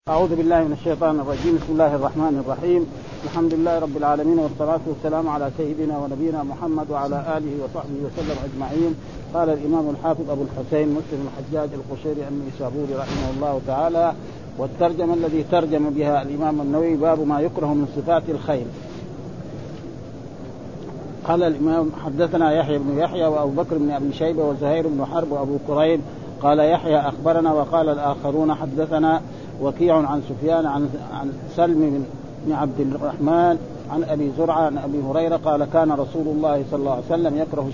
أعوذ بالله من الشيطان الرجيم. بسم الله الرحمن الرحيم. الحمد لله رب العالمين، والصلاة والسلام على سيدنا ونبينا محمد وعلى آله وصحبه وسلم أجمعين. قال الإمام الحافظ أبو الحسين مسلم الحجاج القشيري النيسابوري رحمه الله تعالى: والترجمة الذي ترجم بها الإمام النووي باب ما يكره من صفات الخير. قال الإمام: حدثنا يحيى بن يحيى وأبو بكر بن أبي شيبة وزهير بن حرب وأبو كريب. قال يحيى: أخبرنا. وقال الآخرون: حدثنا وكيع عن سفيان عن سلم بن عبد الرحمن عن أبي زرعة عن أبي هريرة قال: كان رسول الله صلى الله عليه وسلم يكره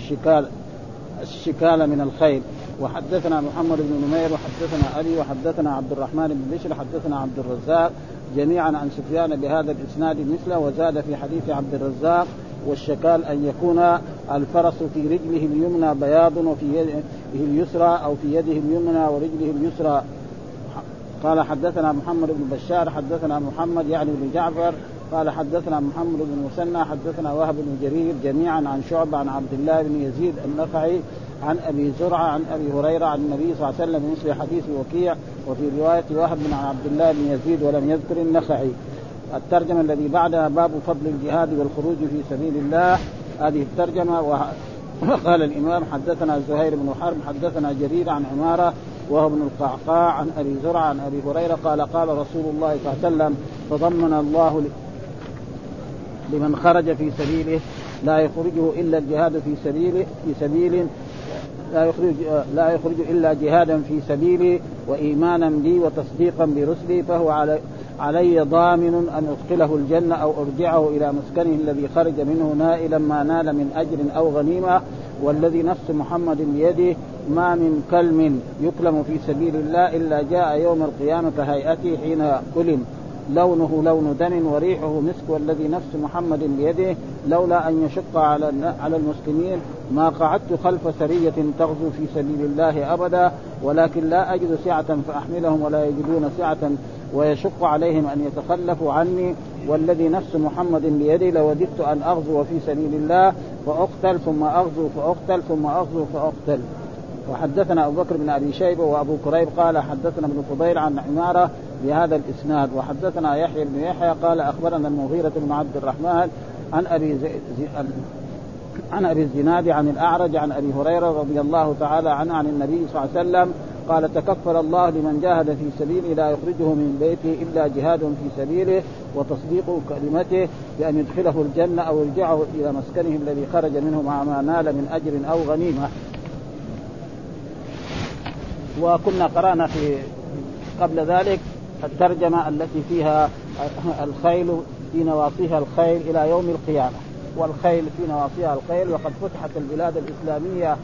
الشكال من الخيل. وحدثنا محمد بن نمير وحدثنا أبي وحدثنا عبد الرحمن بن بشر حدثنا عبد الرزاق جميعا عن سفيان بهذا الإسناد مثله. وزاد في حديث عبد الرزاق: والشكال أن يكون الفرس في رجله اليمنى بياض وفي يده اليسرى، أو في يده اليمنى ورجله اليسرى. قال: حدثنا محمد بن بشار حدثنا محمد يعني بن جعفر قال: حدثنا محمد بن مسنى حدثنا وهب بن جرير جميعا عن شعبة عن عبد الله بن يزيد النخعي عن أبي زرعة عن أبي هريرة عن النبي صلى الله عليه وسلم مثل حديث وكيع، وفي رواية وهب بن عبد الله بن يزيد ولم يذكر النخعي. الترجمة الذي بعدها باب فضل الجهاد والخروج في سبيل الله. هذه الترجمة. قال الإمام: حدثنا زهير بن حرب حدثنا جرير عن عمارة وهو ابن القعقاع عن أبي زرعة عن أبي هريرة قال: قال رسول الله صلى الله عليه وسلم: تضمن الله لمن خرج في سبيله لا يخرجه إلا الجهاد في سبيل لا يخرج إلا جهادا في سبيلي وإيمانا بي وتصديقا برسلي، فهو علي ضامن أن أدخله الجنة أو أرجعه إلى مسكنه الذي خرج منه نائلا ما نال من أجر أو غنيمة. والذي نفس محمد بيده ما من كلم يكلم في سبيل الله إلا جاء يوم القيامة كهيئته حين كلم، لونه لون دم وريحه مسك. والذي نفس محمد بيده لولا أن يشق على المسلمين ما قعدت خلف سرية تغزو في سبيل الله أبدا، ولكن لا أجد سعة فأحملهم ولا يجدون سعة ويشق عليهم أن يتخلفوا عني. والذي نفس محمد بيده لوددت أن أغزو في سبيل الله فأقتل ثم أغزو فأقتل ثم أغزو فأقتل. وحدثنا أبو بكر بن أبي شيبة وأبو كريب قال: حدثنا ابن فضيل عن عمارة بهذا الإسناد. وحدثنا يحيى بن يحيى قال: أخبرنا المغيرة بن عبد الرحمن عن أبي الزناد عن الأعرج عن أبي هريرة رضي الله تعالى عنه عن النبي صلى الله عليه وسلم قال: تكفل الله لمن جاهد في سبيله لا يخرجه من بيته إلا جهاد في سبيله وتصديق كلمته بأن يدخله الجنة أو يرجعه إلى مسكنه الذي خرج منه مع ما نال من أجر أو غنيمة. وكنا قرأنا في قبل ذلك الترجمة التي فيها الخيل في نواصيها الخيل إلى يوم القيامة، والخيل في نواصيها الخيل. وقد فتحت البلاد الإسلامية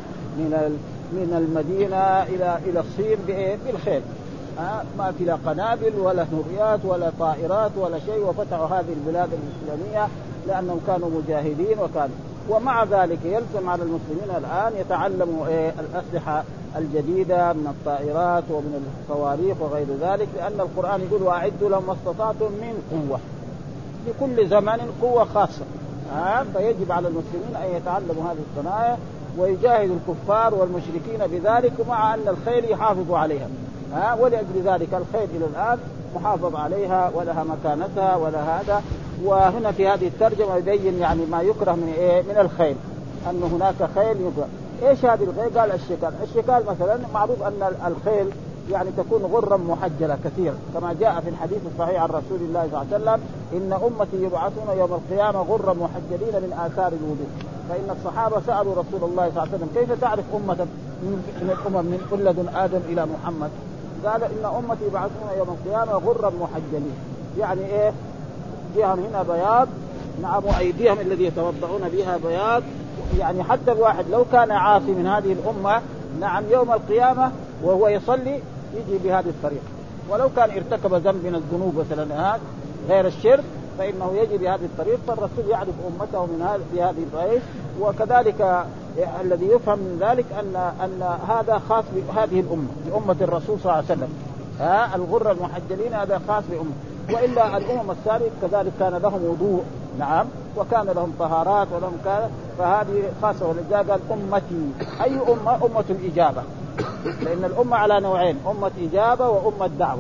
من المدينة إلى الصين بالخيل، ما في لا قنابل ولا نوريات ولا طائرات ولا شيء. وفتحوا هذه البلاد الإسلامية لأنهم كانوا مجاهدين ومع ذلك يلزم على المسلمين الآن يتعلموا الأسلحة الجديدة من الطائرات ومن الصواريخ وغير ذلك، لأن القرآن يقول: وأعدوا لهم ما استطعتم من قوة. لكل زمان قوة خاصة، فيجب على المسلمين أن يتعلموا هذه الصناعة ويجاهدوا الكفار والمشركين بذلك، مع أن الخير يحافظوا عليها. ولأجل ذلك الخير إلى الآن محافظ عليها ولها مكانتها ولا هذا. وهنا في هذه الترجمة يبين يعني ما يكره من الخيل، أن هناك خيل يكره. إيش هذه الخيل؟ قال: الشكال مثلا معروف أن الخيل يعني تكون غرا محجلة كثير، كما جاء في الحديث الصحيح عن رسول الله صلى الله عليه وسلم: إن أمتي يبعثون يوم القيامة غرا محجلين من آثار الوضوء. فإن الصحابة سألوا رسول الله صلى الله عليه وسلم: كيف تعرف أمة من الأمم من ولد آدم إلى محمد؟ قال: إن أمتي يبعثون يوم القيامة غرا محجلين، يعني إيه؟ جههم هنا بياض، نعم، وأيديهم الذي يتوضعون بها بياض. يعني حتى الواحد لو كان عاصي من هذه الأمة، نعم، يوم القيامة وهو يصلي يجي بهذه الطريقة. ولو كان ارتكب ذنب من الذنوب مثلا غير الشرك فإنه يجي بهذه الطريقة. فالرسول يعرف أمته بهذه الطريقة. وكذلك الذي يفهم من ذلك أن هذا خاص بهذه الأمة، بأمة الرسول صلى الله عليه وسلم. الغر المحجلين هذا خاص بأمة. وإلا الأمم السابقة كذلك كان لهم وضوء، نعم، وكان لهم طهارات ولهم كذا، فهذه خاصة. ولذلك قال: أمتي. أي أمة؟ أمة الإجابة، لأن الأمة على نوعين: أمة إجابة وأمة دعوة.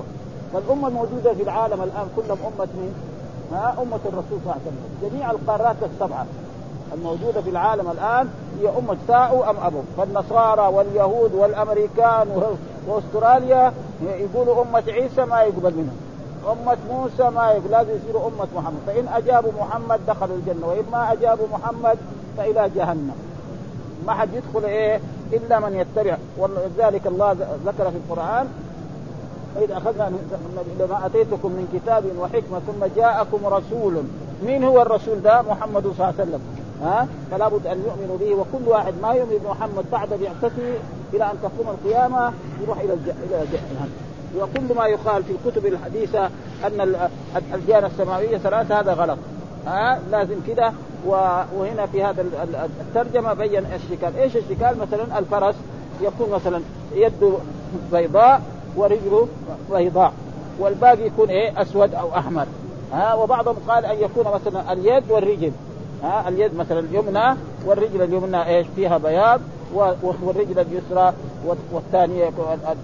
فالأمة الموجودة في العالم الآن كلهم أمة مين؟ أمة الرسول صلى الله عليه وسلم. جميع القارات السبعة الموجودة في العالم الآن هي أمة ساء أم أبو. فالنصارى واليهود والأمريكان وأستراليا يقولوا أمة عيسى ما يقبل منهم، أمة موسى ما يقبل، لازم يصيروا أمة محمد. فإن أجابوا محمد دخلوا الجنة، وإن ما أجابوا محمد فإلى جهنم. ما حد يدخل إلا من يتبع. ولذلك الله ذكر في القرآن: إذا أخذنا لما أتيتكم من كتاب وحكمة ثم جاءكم رسول. مين هو الرسول ده؟ محمد صلى الله عليه وسلم. فلا بد أن يؤمنوا به. وكل واحد ما يؤمن بمحمد بعد بعثته إلى أن تقوم القيامة يروح إلى جهنم. وكل ما يقال في الكتب الحديثة أن الديانة السماوية ثلاثة هذا غلط. لازم كده. وهنا في هذا الترجمة بين الشكال. إيش الشكال؟ مثلا الفرس يكون مثلا يده بيضاء ورجله بيضاء، والباقي يكون أسود أو أحمر. وبعضهم قال أن يكون مثلا اليد والرجل، اليد مثلا اليمنى والرجل اليمنى فيها بياض، والرجل اليسرى والثانية يكون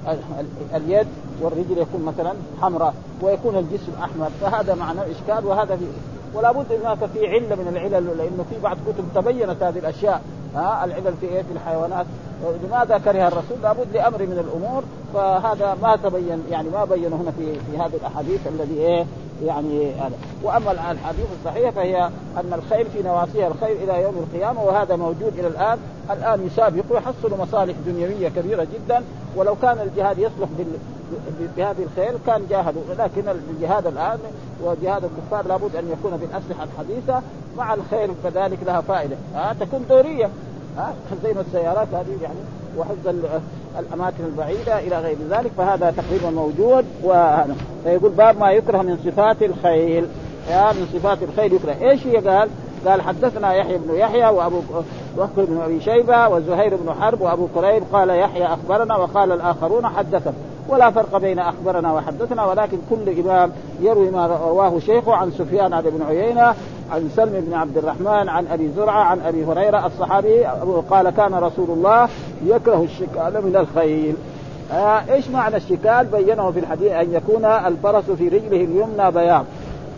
اليد والرجل يكون مثلا حمراء، ويكون الجسم أحمر. فهذا معنى الإشكال. وهذا ولا بد هناك في علة من العلل، لأنه في بعض كتب تبينت هذه الأشياء. العلل في الحيوانات لماذا كره الرسول؟ لابد لأمر من الأمور. فهذا ما تبين، يعني ما بين هنا في هذه الأحاديث الذي يعني هذا. وأما الحديث الصحيح فهي أن الخير في نواصيها الخير إلى يوم القيامة، وهذا موجود إلى الآن يسابق ويحصل مصالح دنيوية كبيرة جدا. ولو كان الجهاد يصلح بهذه الخير كان جاهدوا، لكن الجهاد الآن وجهاد الكفار لابد أن يكون بالأسلحة الحديثة مع الخير، كذلك لها فائدة تكون دورية زي ما السيارات هذه يعني، وحفظ الأماكن البعيدة إلى غير ذلك. فهذا تقريبا موجود. وهذا فيقول باب ما يكره من صفات الخيل. من صفات الخيل يكره إيش هي؟ قال حدثنا يحيى بن يحيى وأبو بكر بن أبي شيبة وزهير بن حرب وأبو كريب قال يحيى أخبرنا وقال الآخرون حدثنا. ولا فرق بين أخبرنا وحدثنا، ولكن كل إمام يروي ما رواه شيخه. عن سفيان عن ابن عيينة عن سلم بن عبد الرحمن عن أبي زرعة عن أبي هريرة الصحابي قال كان رسول الله يكره الشكال من الخيل. إيش معنى الشكال؟ بينه في الحديث أن يكون الفرس في رجله اليمنى بياض.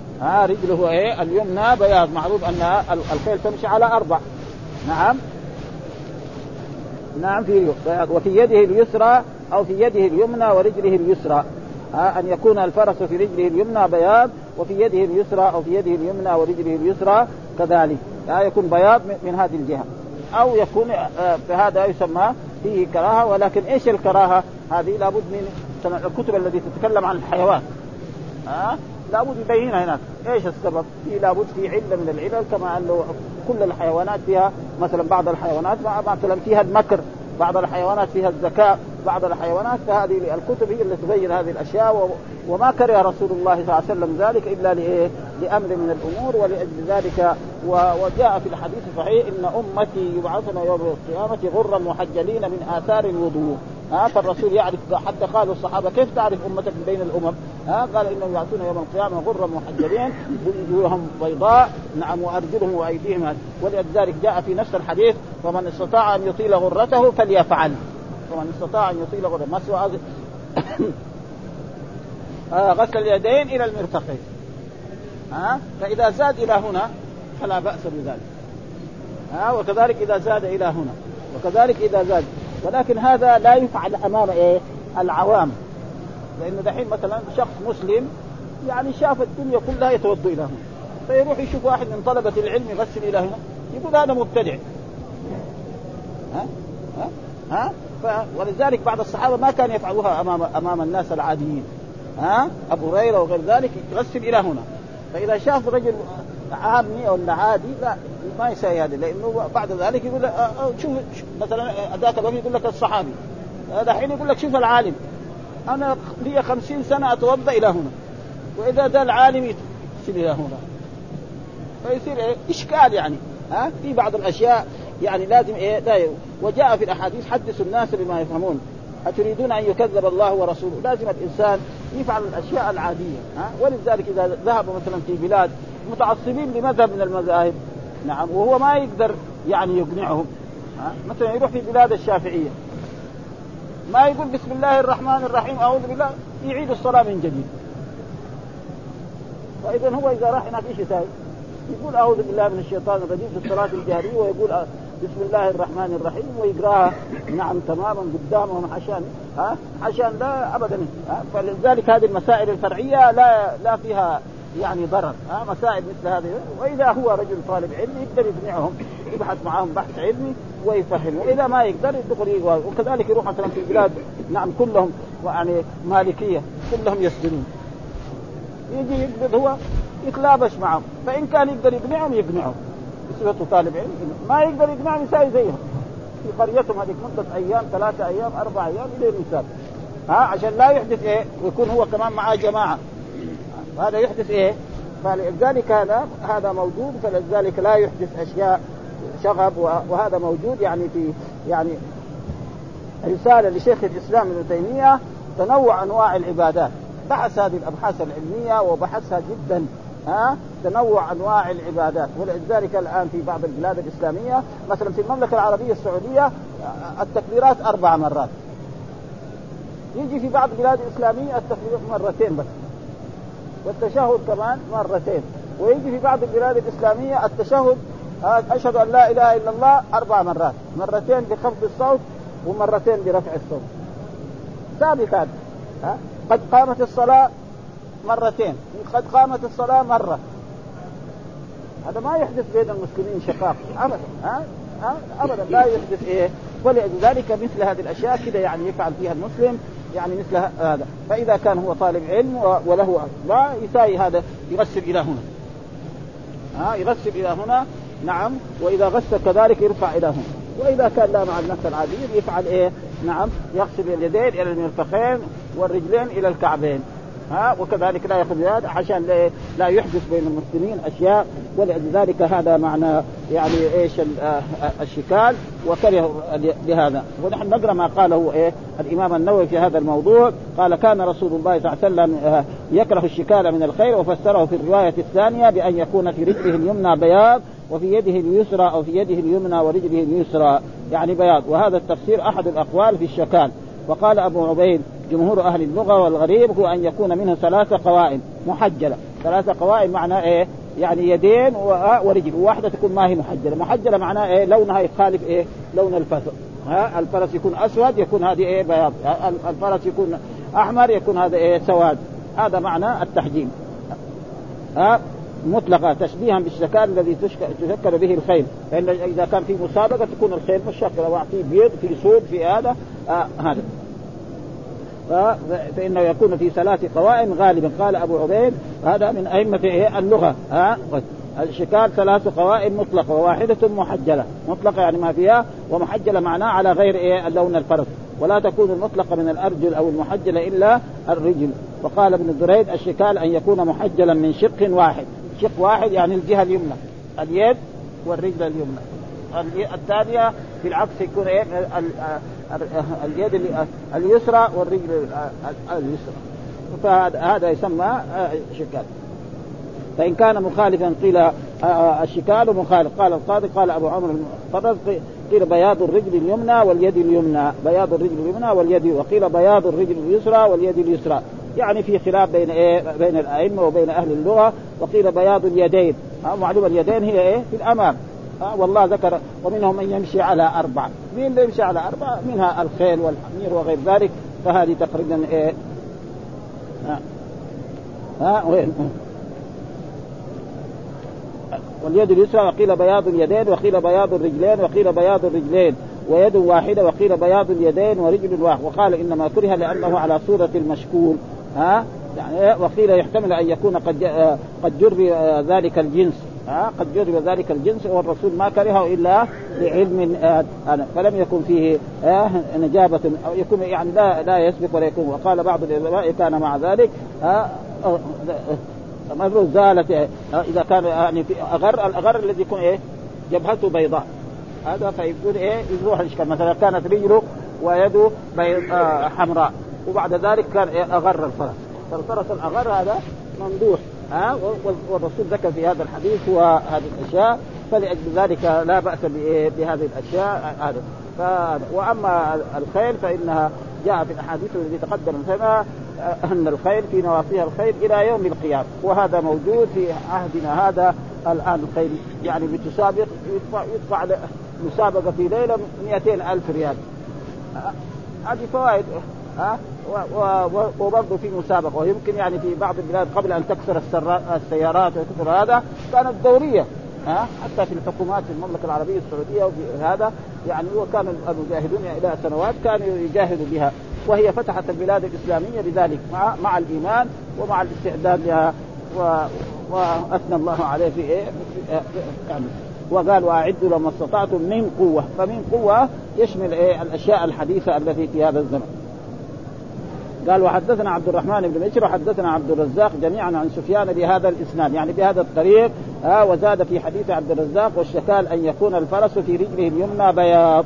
رجله اليمنى بياض. معروف أن الخيل تمشي على 4. نعم في بياض. وفي يده اليسرى أو في يده اليمنى ورجله اليسرى. أن يكون الفرس في رجله اليمنى بياض، وفي يده اليسرى أو في يده اليمنى ورجله اليسرى كذلك. يكون بياض من هذه الجهة، أو يكون فهذا يسمى فيه كراهة. ولكن إيش الكراهة هذه؟ لابد من الكتب التي تتكلم عن الحيوان لابد يبينها هناك. إيش السبب؟ لابد في علة من العلل، كما أنه كل الحيوانات فيها مثلا بعض الحيوانات مثلا فيها المكر، بعض الحيوانات فيها الذكاء، بعض الحيوانات. فهذه الكتب هي التي تبين هذه الأشياء. وما كره رسول الله صلى الله عليه وسلم ذلك إلا لأمر من الأمور. ولأجل ذلك وجاء في الحديث الصحيح إن أمتي يبعثون يوم القيامة غرا محجلين من آثار الوضوء. فالرسول يعرف، حتى قالوا الصحابة كيف تعرف أمتك بين الأمم؟ قال إنهم يبعثون يوم القيامة غرا محجلين وجوههم بيضاء وأرجلهم وأيديهم. ولذلك جاء في نفس الحديث ومن استطاع أن يطيل غرته فليفعل. ومن استطاع أن يطيل غرته مسوا غسل اليدين إلى المرفقين. فإذا زاد إلى هنا فلا بأس بذلك. وكذلك إذا زاد إلى هنا، وكذلك إذا زاد. ولكن هذا لا يفعل أمام العوام، لأنه دحين مثلا شخص مسلم يعني شاف الدنيا كلها يتوضأ إلى هنا، فيروح يشوف واحد من طلبة العلم يغسل إلى هنا يقول هذا مبتدع. ولذلك بعض الصحابة ما كان يفعلوها أمام الناس العاديين. أبو هريرة وغير ذلك يغسل إلى هنا. فإذا شاف رجل عامي ولا عادي لا ما يسوي هذا، لأنه بعد ذلك يقول شوف مثلا ذاك الوقت يقول لك الصحابي هذا حين يقول لك شوف العالم أنا لي 50 سنة أتوضأ إلى هنا، وإذا ذا العالم يغسل إلى هنا فيصير إشكال يعني. في بعض الأشياء يعني لازم وجاء في الأحاديث حدثوا الناس بما يفهمون أتريدون أن يكذب الله ورسوله. لازم الإنسان يفعل الأشياء العادية. ولذلك إذا ذهب مثلا في بلاد متعصبين لمذهب من المذاهب وهو ما يقدر يعني يقنعهم، مثلا يروح في بلاد الشافعية ما يقول بسم الله الرحمن الرحيم أعوذ بالله، يعيد الصلاة من جديد. فإذا هو إذا راح هناك إيش يسوي؟ يقول أعوذ بالله من الشيطان الرجيم في الصلاة الجهرية، ويقول بسم الله الرحمن الرحيم ويقراها نعم تماما قدامهم عشان لا أبدا. فلذلك هذه المسائل الفرعية لا فيها يعني ضرر، مسائل مثل هذه. وإذا هو رجل طالب علم يقدر يقنعهم، يبحث معهم بحث علمي ويفهم، وإذا ما يقدر يدخل. وكذلك يروح مثلا في البلاد نعم كلهم يعني مالكية كلهم يسجنون، يجي يقبض هو يتلابش معهم، فإن كان يقدر يقنعهم بصفته طالب علم، ما يقدر يقنعهم يساوي زيهم في قريتهم هذيك مدة أيام 3 أيام 4 أيام إلى المثال، عشان لا يحدث ويكون هو كمان معاه جماعة، هذا يحدث فلذلك هذا موجود. فلذلك لا يحدث أشياء شغب، وهذا موجود يعني في يعني رسالة لشيخ الإسلام ابن تيمية تنوع أنواع العبادات، بحث هذه الأبحاث العلمية وبحثها جدا، تنوع أنواع العبادات. ولذلك الآن في بعض البلاد الإسلامية مثلا في المملكة العربية السعودية التكبيرات 4 مرات، يجي في بعض البلاد الإسلامية التكبيرات 2 مرات بس، والتشهد كمان 2 مرات، ويجي في بعض البلاد الإسلامية التشهد أشهد أن لا إله إلا الله 4 مرات، 2 بخفض الصوت و2 برفع الصوت، ثابت هذا. قد قامت الصلاة 2 قد قامت الصلاة مرة. هذا ما يحدث بين المسلمين شقاق أبدا، أبدا لا يحدث ولذلك مثل هذه الأشياء كده يعني يفعل فيها المسلم يعني مثل هذا. فإذا كان هو طالب علم وله ما يساوي هذا يغسل إلى هنا، يغسل إلى هنا نعم، وإذا غسل كذلك يرفع إلى هنا. وإذا كان لا مع النفس العادي يفعل نعم، يغسل اليدين إلى المرفقين والرجلين إلى الكعبين، وكذلك لا يأخذ هذا عشان لا يحدث بين المسلمين أشياء. ولذلك هذا معنى يعني الشكال وكره بهذا. ونحن نقرأ ما قاله الإمام النووي في هذا الموضوع، قال كان رسول الله صلى الله عليه وسلم يكره الشكال من الخير، وفسره في الرواية الثانية بأن يكون في رجله اليمنى بياض وفي يده اليسرى أو في يده اليمنى ورجله اليسرى يعني بياض. وهذا التفسير أحد الأقوال في الشكال. وقال أبو عبيد جمهور أهل اللغة والغريب هو أن يكون منه 3 قوائم محجلة. 3 قوائم معناه يعني يدين ورجل، وواحدة تكون ما هي محجلة. محجلة معناه لونها يخالف لون الفرس. الفرس يكون أسود يكون هذه بياض، الفرس يكون أحمر يكون هذا سواد. هذا معنى التحجيم مطلقة تشبيها بالشكال الذي تشكل به الخيل. فإن إذا كان في مسابقة تكون الخيل مشكلة، وفي بيض في سود في هذا هذا، فإنه يكون في 3 قوائم غالبا. قال أبو عبيد هذا من أئمة اللغة. الشكال 3 قوائم مطلقة وواحدة محجلة. مطلقة يعني ما فيها، ومحجلة معناه على غير اللون الفرس. ولا تكون المطلقة من الأرجل أو المحجلة إلا الرجل. وقال ابن دريد الشكال أن يكون محجلا من شق واحد. شق واحد يعني الجهة اليمنى، اليد والرجل اليمنى. الثانية في العكس يكون اليد اليسرى والرجل اليسرى. فهذا يسمى شكال. فإن كان مخالفا قيل الشكال مخالف. قال القاضي قال أبو عمرو الطرز قيل بياض الرجل اليمنى واليد اليمنى، بياض الرجل اليمنى واليد، وقيل بياض الرجل اليسرى واليد اليسرى. يعني في خلاف بين الأئمة وبين أهل اللغة. وقيل بياض اليدين، معلوم اليدين هي في الأمام. والله ذكر ومنهم من يمشي على 4. مين اللي يمشي على 4؟ منها الخيل والحمير وغير ذلك. فهذه تقريبا وين واليد اليسرى. وقيل بياض اليدين، وقيل بياض الرجلين، وقيل بياض الرجلين ويد واحدة، وقيل بياض اليدين ورجل واحد. وقال إنما كره لأنه على صورة المشكول. يعني وقيل يحتمل أن يكون قد جرب ذلك الجنس. قد جرب ذلك الجنس، والرسول ما كرهه إلا لعلم فلم يكن فيه نجابة أو يكون يعني لا يسبق ولا يكون. وقال بعض العلماء كان مع ذلك مثل زالت إذا كان يعني في الأغر الذي يكون جبهته بيضاء، هذا فيكون يروح الإشكال. مثلا كانت رجله ويده حمراء، وبعد ذلك كان أغر الفرس، فالفرس الأغر هذا ممدوح. والرسول ذكر في هذا الحديث وهذه الأشياء، فلأجل ذلك لا بأس بهذه الأشياء هذا. وأما الخيل فإنها جاء في الأحاديث الذي تقدم سنة أن الخيل في نواصيها الخيل إلى يوم القيامة، وهذا موجود في عهدنا هذا الآن. الخيل يعني بتسابق يدفع مسابقة في ليلة 200,000 ريال. هذه فوائد. وبرضه في مسابقة، ويمكن يعني في بعض البلاد قبل أن تكسر السيارات وتكسر هذا كانت دورية، حتى في الحكومات في المملكة العربية السعودية وفي هذا يعني، وكان المجاهدون إلى سنوات كانوا يجاهدوا بها، وهي فتحت البلاد الإسلامية بذلك مع الإيمان ومع الاستعداد لها. وأثنى الله عليه في يعني وقال وأعدوا لما استطعتم من قوة، فمن قوة يشمل الأشياء الحديثة التي في هذا الزمن. قال وحدثنا عبد الرحمن بن بشر وحدثنا عبد الرزاق جميعا عن سفيان بهذا الإسناد، يعني بهذا الطريق. وزاد في حديث عبد الرزاق والشكال أن يكون الفرس في رجله اليمنى بياض،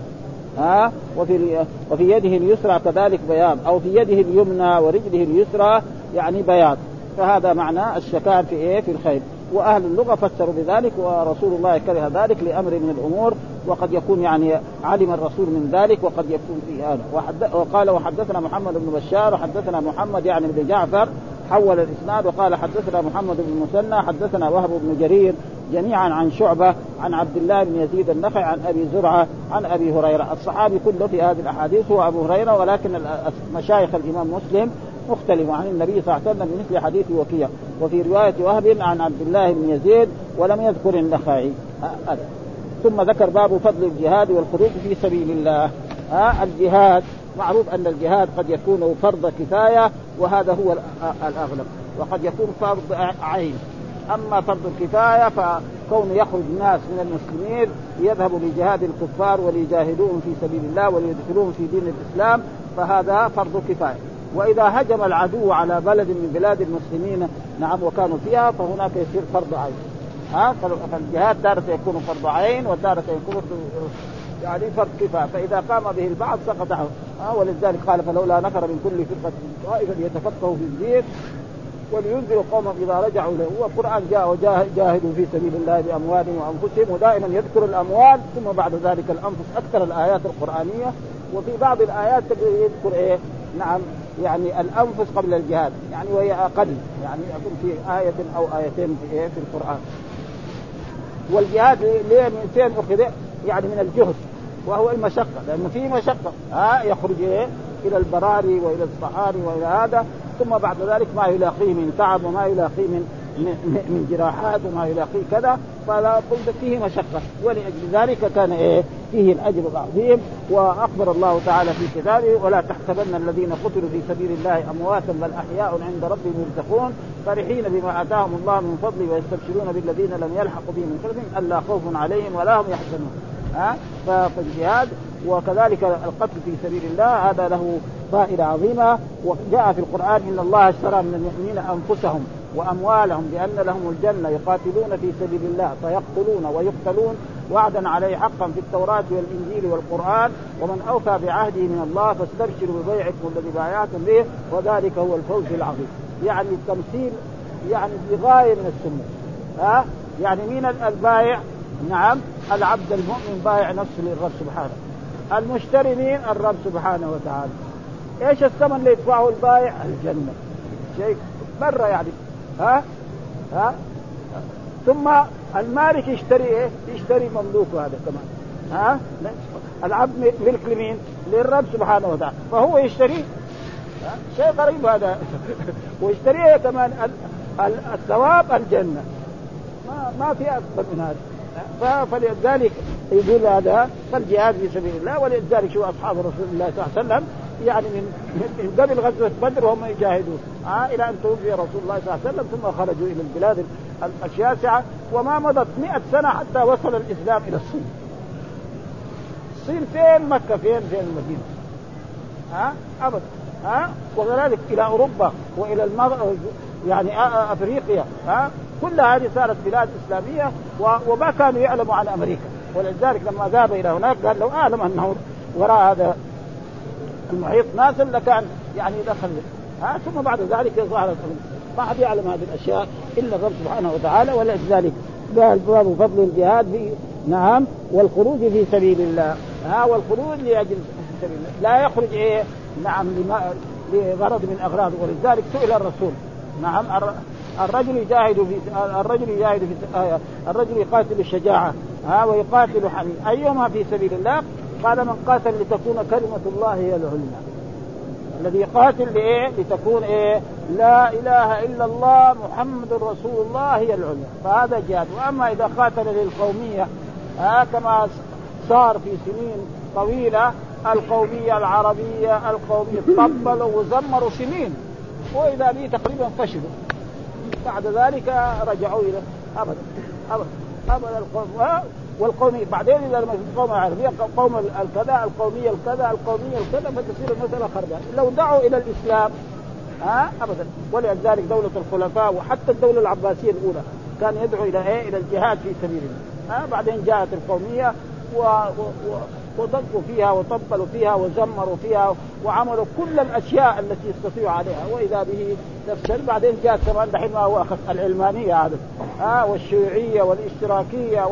وفي يده اليسرى كذلك بياض، أو في يده اليمنى ورجله اليسرى يعني بياض، فهذا معنى الشكال في الخيل. وأهل اللغة فسروا بذلك، ورسول الله كره ذلك لأمر من الأمور، وقد يكون يعني علم الرسول من ذلك، وقد يكون في هذا. وقال وحدثنا محمد بن بشار وحدثنا محمد يعني بن جعفر حول الإسناد، وقال حدثنا محمد بن مسنى حدثنا وهب بن جرير جميعا عن شعبة عن عبد الله بن يزيد النخعي عن أبي زرعة عن أبي هريرة. الصحابي كله في هذه الأحاديث هو أبو هريرة، ولكن مشايخ الإمام مسلم مختلف عن النبي صلى الله عليه وسلم بمثل حديث وكيع، وفي رواية وهب عن عبد الله بن يزيد ولم يذكر النخعي. ثم ذكر باب فضل الجهاد والخروج في سبيل الله. الجهاد معروف أن الجهاد قد يكون فرض كفاية، وهذا هو الأغلب، وقد يكون فرض عين. أما فرض الكفاية فكون يخرج الناس من المسلمين يذهبوا لجهاد الكفار وليجاهدوهم في سبيل الله وليدخلوهم في دين الإسلام، فهذا فرض كفاية. وإذا هجم العدو على بلد من بلاد المسلمين وكانوا فيها، فهناك يصير فرض عين. فالجهاد تارة يكون فرض عين وتارة يكون يعني فرض كفاية، فإذا قام به البعض سقط عنه. ولذلك قال فلولا نفر من كل فرقة طائفة ليتفقهوا في الدين ولينذروا قومهم إذا رجعوا له. والقرآن جاء وجاهدوا في سبيل الله بأموالهم وأنفسهم، ودائما يذكر الأموال ثم بعد ذلك الأنفس أكثر الآيات القرآنية. وفي بعض الآيات يذكر يعني الأنفس قبل الجهاد، يعني وهي أقل، يعني يكون في آية أو آيتين في القرآن. والجهاد ليه من فين أخذ؟ يعني من الجهد، وهو المشقة، لأنه في مشقة. يخرج إلى البراري وإلى الصحاري وإلى هذا، ثم بعد ذلك ما يلاقيه من تعب وما يلاقيه من جراحات وما يلاقيه كذا، فلا قلت فيه مشقة، ولأجل ذلك كان فيه الأجر العظيم. وأخبر الله تعالى في كتابه ولا تحسبن الذين قتلوا في سبيل الله أمواتا بل أحياء عند ربهم يرزقون فرحين بما آتاهم الله من فضله ويستبشرون بالذين لم يلحقوا بهم من خلفهم ألا خوف عليهم ولا هم يحزنون. فالجهاد وكذلك القتل في سبيل الله هذا له فائدة عظيمة. وجاء في القرآن إن الله اشترى من المؤمنين أنفسهم وأموالهم بأن لهم الجنة يقاتلون في سبيل الله فيقتلون ويقتلون وعدا عليه حقا في التوراة والإنجيل والقرآن ومن أوفى بعهده من الله فاستبشروا ببيعكم الذي بايعتم به وذلك هو الفوز العظيم. يعني التمثيل يعني بغاية من السنة. يعني مين البايع؟ نعم العبد المؤمن بايع نفسه للرب سبحانه. المشتري مين؟ الرب سبحانه وتعالى. ايش الثمن اللي يدفعه البايع؟ الجنة. شيء مرة يعني ثم المالك يشتري يشتري مملوكه هذا كمان. العبد ملك لمين؟ للرب سبحانه وتعالى، فهو يشتري شيء غريب هذا ويشتريه كمان الثواب الجنة. ما في أكبر من هذا. فلذلك يقول هذا فالجهاد في سبيل الله. ولذلك شو أصحاب رسول الله صلى الله عليه وسلم يعني من قبل غزوة بدر هم يجاهدون إلى أن توفي رسول الله صلى الله عليه وسلم ثم خرجوا إلى البلاد الشاسعة. وما مضت 100 سنة حتى وصل الإسلام إلى الصين. الصين فين؟ مكة فين المدينة أبدا. وكذلك إلى أوروبا وإلى يعني أفريقيا. كل هذه صارت بلاد إسلامية وما كانوا يعلموا عن أمريكا. ولذلك لما ذهب إلى هناك قال لو أعلم أنه وراء هذا المحيط ناس لكان يعني دخل. ثم بعد ذلك ظهرت ما حد يعلم هذه الأشياء إلا الرب سبحانه وتعالى. ولذلك قال باب فضل الجهاد في والخروج في سبيل الله. والخروج لأجل سبيل الله لا يخرج نعم لغرض من أغراض. ولذلك سئل الرسول نعم الرجل يقاتل الشجاعة ويقاتل حميم أيهما في سبيل الله؟ قال من قاتل لتكون كلمة الله هي العليا. الذي يقاتل لتكون لا إله إلا الله محمد رسول الله هي العليا، فهذا جهاد. وأما إذا قاتل للقومية كما صار في سنين طويلة، القومية العربية القومية طبلوا وزمروا سنين، وإذا به تقريبا فشلوا، بعد ذلك رجعوا إلى أبدا القوم والقومية. بعدين إذا القوم العربية قوم الكذا القومية الكذا القومية الكذا، فتصير المسألة خربانة. لو دعوا إلى الإسلام أبدا. ولذلك دولة الخلفاء وحتى الدولة العباسية الأولى كان يدعو إلى الجهاد في سبيل الله. بعدين جاءت القومية وضقوا فيها وطبلوا فيها وزمروا فيها وعملوا كل الأشياء التي يستطيعوا عليها، وإذا به تفشل. بعدين جاءت كمان دحين ما هو أخذ العلمانية هذا والشيوعية والاشتراكية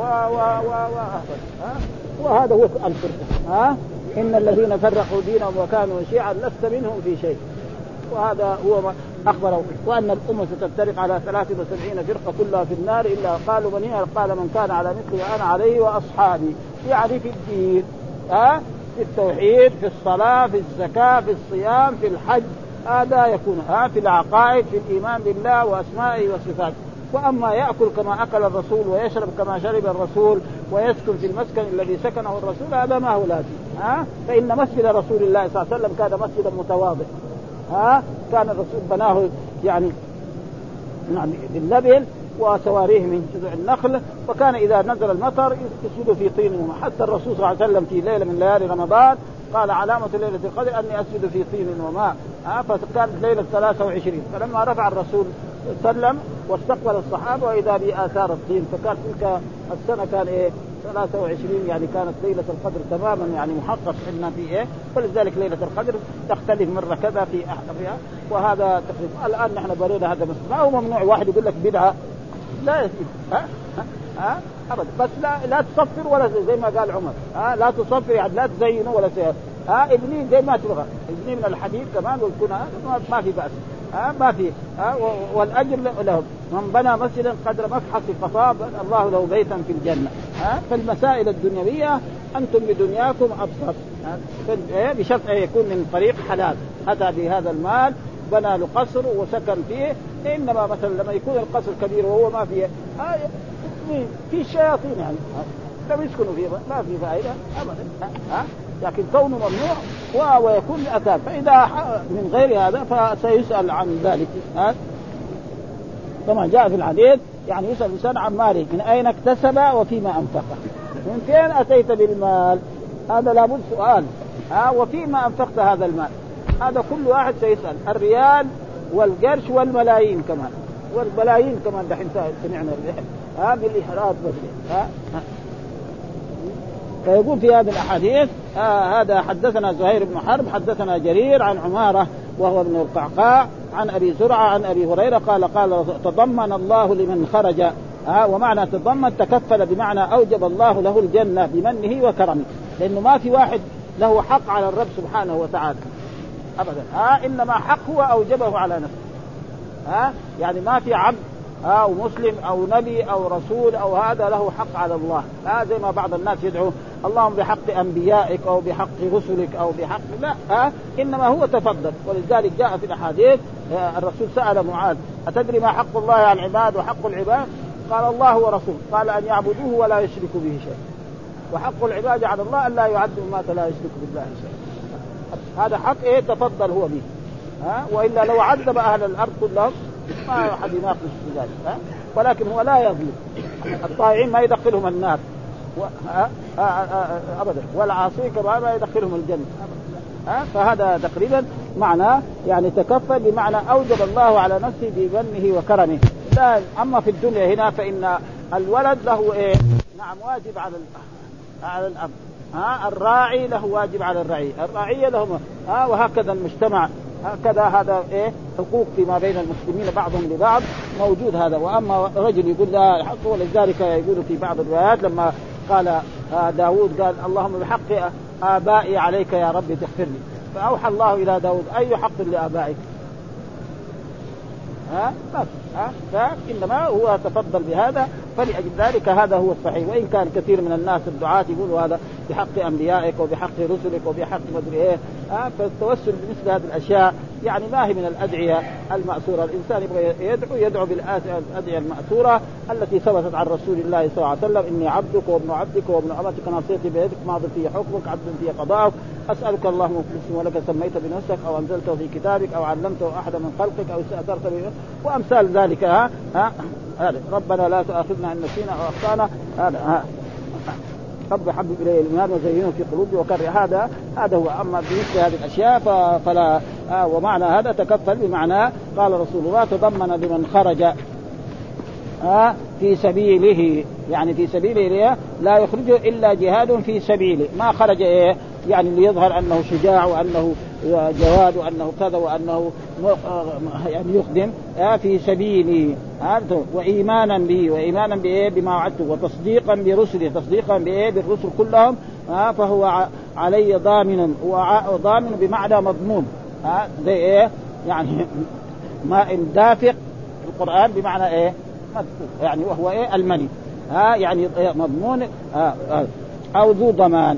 وهذا هو الفرقة. إن الذين فرقوا دينهم وكانوا شيعا لست منهم في شيء. وهذا هو ما أخبره. وأن الأمة ستفترق على 73 فرقة كلها في النار إلا قالوا من هي؟ قال من كان على مثل أنا عليه وأصحابي. يعني في الدين في التوحيد في الصلاة في الزكاة في الصيام في الحج، هذا يكون في العقائد في الإيمان بالله وأسمائه وصفاته. وأما يأكل كما أكل الرسول ويشرب كما شرب الرسول ويسكن في المسكن الذي سكنه الرسول، هذا ما هو لازم. فإن مسجد رسول الله صلى الله عليه وسلم كان مسجدا متواضع. كان الرسول بناه يعني باللبن وسواريه من جذوع النخل، وكان إذا نزل المطر يسجد في طين وماء. حتى الرسول صلى الله عليه وسلم في ليلة من ليالي رمضان قال علامة ليلة القدر أني أسجد في طين وماء. فكانت ليلة 23. فلما رفع الرسول سلم واستقبل الصحابة وإذا بآثار الطين، فكان تلك السنة كان 23 يعني كانت ليلة القدر تماما يعني محقق إن في ولذلك ليلة القدر تختلف مرة كذا في أحدها. وهذا تقريبا الآن نحن برينا هذا ما هو ممنوع. واحد يقول لك بدعة لا يسيب أبدا، بس لا تصفر ولا زي ما قال عمر لا تصفر يعني لا تزينوا ولا سير ابني زي ما تبغى ابني من الحديد كمان والكنى ما في بأس ما في والأجر لهم. من بنى مسجدا قدر مفحص قصاب الله له بيتا في الجنة. فالمسائل الدنيوية أنتم بدنياكم أبصر بشرط أن يكون من طريق حلال. أتى بهذا المال بنى له قصر وسكن فيه. إنما مثلا لما يكون القصر كبير وهو ما فيه في الشياطين يعني لم يسكنوا فيه ما في فائدة أبدا. لكن كونه ممنوع ويكون أثاب. فإذا من غير هذا فسيسأل عن ذلك. كما جاء في الحديث يعني يسأل الإنسان عن ماله من أين اكتسب وفيما أنفقه. من فين أتيت بالمال؟ هذا لابد سؤال. وفيما أنفقت هذا المال؟ هذا كل واحد سيسأل. الريال والقرش والملايين كمان والبلايين كمان دحين سمعنا بالإحراج فيقول في هذه الأحاديث هذا حدثنا زهير بن حرب حدثنا جرير عن عمارة وهو ابن القعقاع عن أبي زرعة عن أبي هريرة قال تضمن الله لمن خرج. ومعنى تضمن تكفل بمعنى أوجب الله له الجنة بمنه وكرمه، لأنه ما في واحد له حق على الرب سبحانه وتعالى أبدا. إنما حق هو أوجبه على نفسه. يعني ما في عبد أو مسلم أو نبي أو رسول أو هذا له حق على الله. زي ما بعض الناس يدعو اللهم بحق أنبيائك أو بحق رسلك أو بحق لا. إنما هو تفضل. ولذلك جاء في الأحاديث الرسول سأل معاذ أتدري ما حق الله على العباد وحق العباد؟ قال الله ورسوله. قال أن يعبدوه ولا يشركوا به شيء. وحق العباد على الله أن لا يعذب ما لا يشرك بالله شيء. هذا حق تفضل هو به. وإلا لو عذب أهل الأرض كلهم ما أحد يناقش في ذلك. ولكن هو لا يظلم. الطائعين ما يدخلهم النار أبدا، والعاصي كمان ما يدخلهم الجنة. فهذا تقريبا معنى يعني تكفل بمعنى أوجب الله على نفسه بمنه وكرمه. لا أما في الدنيا هنا فإن الولد له نعم واجب على الأب. الراعي له واجب على الرعية، الرعية لهم وهكذا المجتمع هكذا. هذا حقوق فيما بين المسلمين بعضهم لبعض موجود هذا. وأما رجل يقول لا حق، ولذلك يقول في بعض الروايات لما قال داود قال اللهم بحق آبائي عليك يا رب تغفر لي. فأوحى الله إلى داود أي حق لآبائك؟ فإنما هو تفضل بهذا، فلأجل ذلك هذا هو الصحيح. وإن كان كثير من الناس الدعاة يقولوا هذا بحق أنبيائك وبحق رسلك وبحق مدري إيه، فالتوسل بمثل هذه الأشياء يعني ما هي من الأدعية المأثورة. الإنسان يبغى يدعو بالأدعية المأثورة التي ثبتت عن رسول الله صلى الله عليه وسلم: إني عبدك وابن عبدك وابن أمتك ناصيتي بيدك ماض في حكمك عدل في قضاءك أسألك اللهم باسم ولك سميت بنفسك أو أنزلته في كتابك أو علمته أحد من خلقك أو استأثرت به، وأمثال ذلك. هذا ربنا لا تؤاخذنا إن نسينا أو أخطأنا. رب حبب إليه الإيمان وزينه في قلوبي وكره. هذا هو. أما بالنسبة هذه الأشياء فلا. ومعنى هذا تكفل بمعنى قال رسول الله تضمن لمن خرج في سبيله، يعني في سبيله لا يخرجه إلا جهاد في سبيله، ما خرج يعني ليظهر أنه شجاع وأنه جواد وأنه كذا وأنه يعني يخدم في سبيله، وإيمانا به، وإيمانا بما وعدته، وتصديقا برسله، تصديقا بالرسل كلهم، فهو علي ضامن. وضامن بمعنى مضمون، زي يعني ماء دافق في القرآن بمعنى يعني وهو المني، يعني مضمون أو ذو ضمان.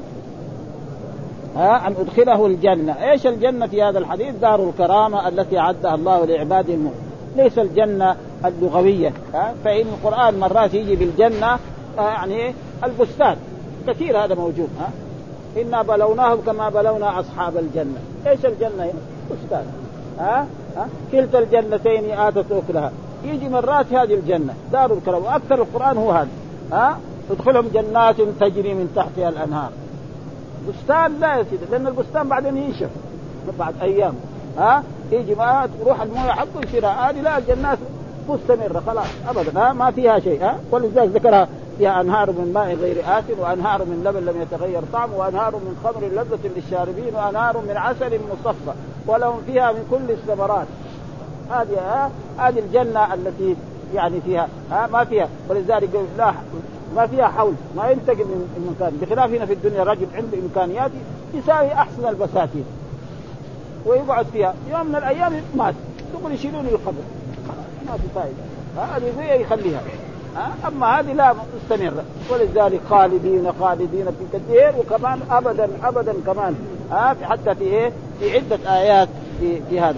أن أدخله الجنة. إيش الجنة في هذا الحديث؟ دار الكرامة التي أعدها الله لعباده المؤمنين، ليس الجنة اللغوية. فإن القرآن مرات يجي بالجنة يعني البستان، كثير هذا موجود. إنا بلوناهم كما بلونا أصحاب الجنة. إيش الجنة؟ بستان. كلتا الجنتين آتت أكلها. يجي مرات هذه الجنة دار الكرامة، وأكثر القرآن هو هذا. ادخلهم جنات تجري من تحتها الأنهار. بستان لا يا سيدي، لأن البستان بعدين ينشف بعد أيام. يجي ما تروح المويه حقه يصير عادي. لا، الجنات مستمرة خلاص أبدا، ما فيها شيء. ولذلك ذكرها فيها أنهار من ماء غير آسن وأنهار من لبن لم يتغير طعمه وأنهار من خمر لذة للشاربين وأنهار من عسل مصفى ولهم فيها من كل الثمرات. هذه الجنة التي يعني فيها ما فيها. ولذلك لا ما فيها حول، ما ينتقل من مكان. بخلاف هنا في الدنيا رجل عنده إمكانيات يساوي أحسن البساتين ويقعد فيها، يوم من الأيام مات تقول يشيلون القبر، ما في فائدة. هذه يخليها. أما هذه لا مستمرة. ولذلك خالدين في كثير، وكمان أبدا كمان. حتى في عدة آيات في هذا.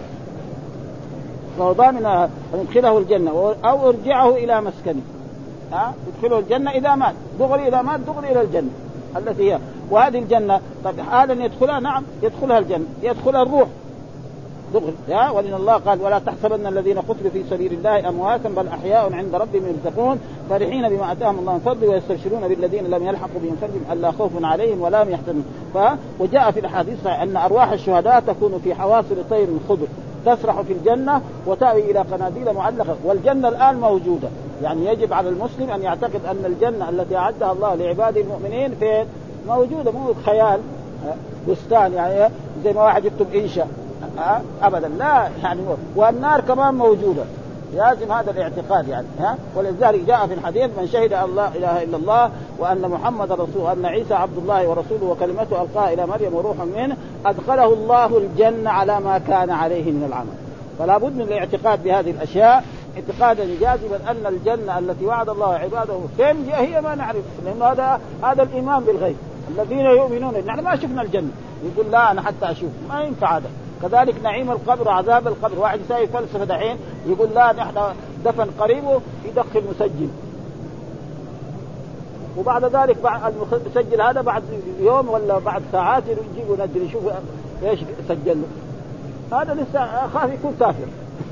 فضامن أن يدخله الجنة أو ارجعه إلى مسكنه. يدخله الجنة إذا مات دغري، إذا مات دغري إلى الجنة التي هي. وهذه الجنة طب حالا يدخلها، نعم يدخلها الجنة، يدخلها الروح دغري. ولأن الله قال: ولا تحسبن الذين قتلوا في سبيل الله أمواتا بل أحياء عند ربهم يرزقون فرحين بما آتاهم الله من فضله ويستبشرون بالذين لم يلحقوا بهم فضلهم ألا خوف عليهم ولا هم يحزنون. وجاء في الحديث أن أرواح الشهداء تكون في حواصل طير خضر تسرح في الجنة وتأوي إلى قناديل معلقة. والجنة الآن موجودة، يعني يجب على المسلم أن يعتقد أن الجنة التي أعدها الله لعباده المؤمنين فين موجودة، مو خيال بستان يعني زي ما واحد يكتب إنشاء أبدا، لا يعني. والنار كمان موجودة، لازم هذا الاعتقاد يعني. ولذلك جاء في الحديث: من شهد أن لا إله إلا الله وأن محمد رسول وأن عيسى عبد الله ورسوله وكلمته ألقاها إلى مريم وروح منه أدخله الله الجنة على ما كان عليه من العمل. فلا بد من الاعتقاد بهذه الأشياء اعتقادا جازما أن الجنة التي وعد الله عباده فين هي ما نعرف، لأن هذا الإيمان بالغيب. الذين يؤمنون نحن ما شفنا الجنة يقول لا أنا حتى أشوف، ما ينفع هذا. كذلك نعيم القبر وعذاب القبر، واحد يساوي فلسفة دحين يقول لا نحن دفن قريبه يدخل مسجل، وبعد ذلك بعد المسجل هذا بعد يوم ولا بعد ساعات يجيبوا ندري يشوفوا ايش سجل له. هذا لسه خاف يكون كافر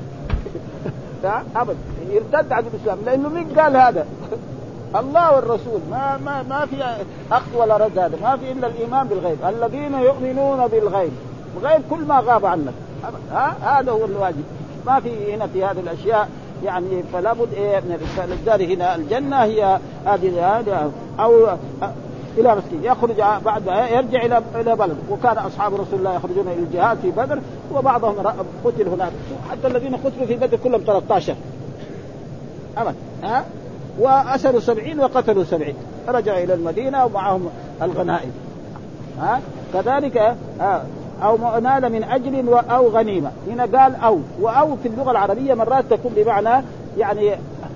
ابدا يرتد عن الاسلام، لانه مين قال هذا؟ الله والرسول. ما في اخذ ولا رد، هذا ما في الا الايمان بالغيب. الذين يؤمنون بالغيب، الغيب كل ما غاب عنك هذا هو الواجب. ما في هنا في هذه الاشياء يعني. فلا بد من الإنسان هنا الجنة هي هذه أو إلى مسكين يخرج بعد يرجع إلى بلد. وكان أصحاب رسول الله يخرجون إلى الجهاد في بدر، وبعضهم قتل هناك، حتى الذين قتلوا في بدر كلهم 13 أبدا. وأسروا 70 وقتلوا 70، رجعوا إلى المدينة ومعهم الغنائم. كذلك أو نال من أجر أو غنيمة. هنا قال أو في اللغة العربية مرات تكون بمعنى يعني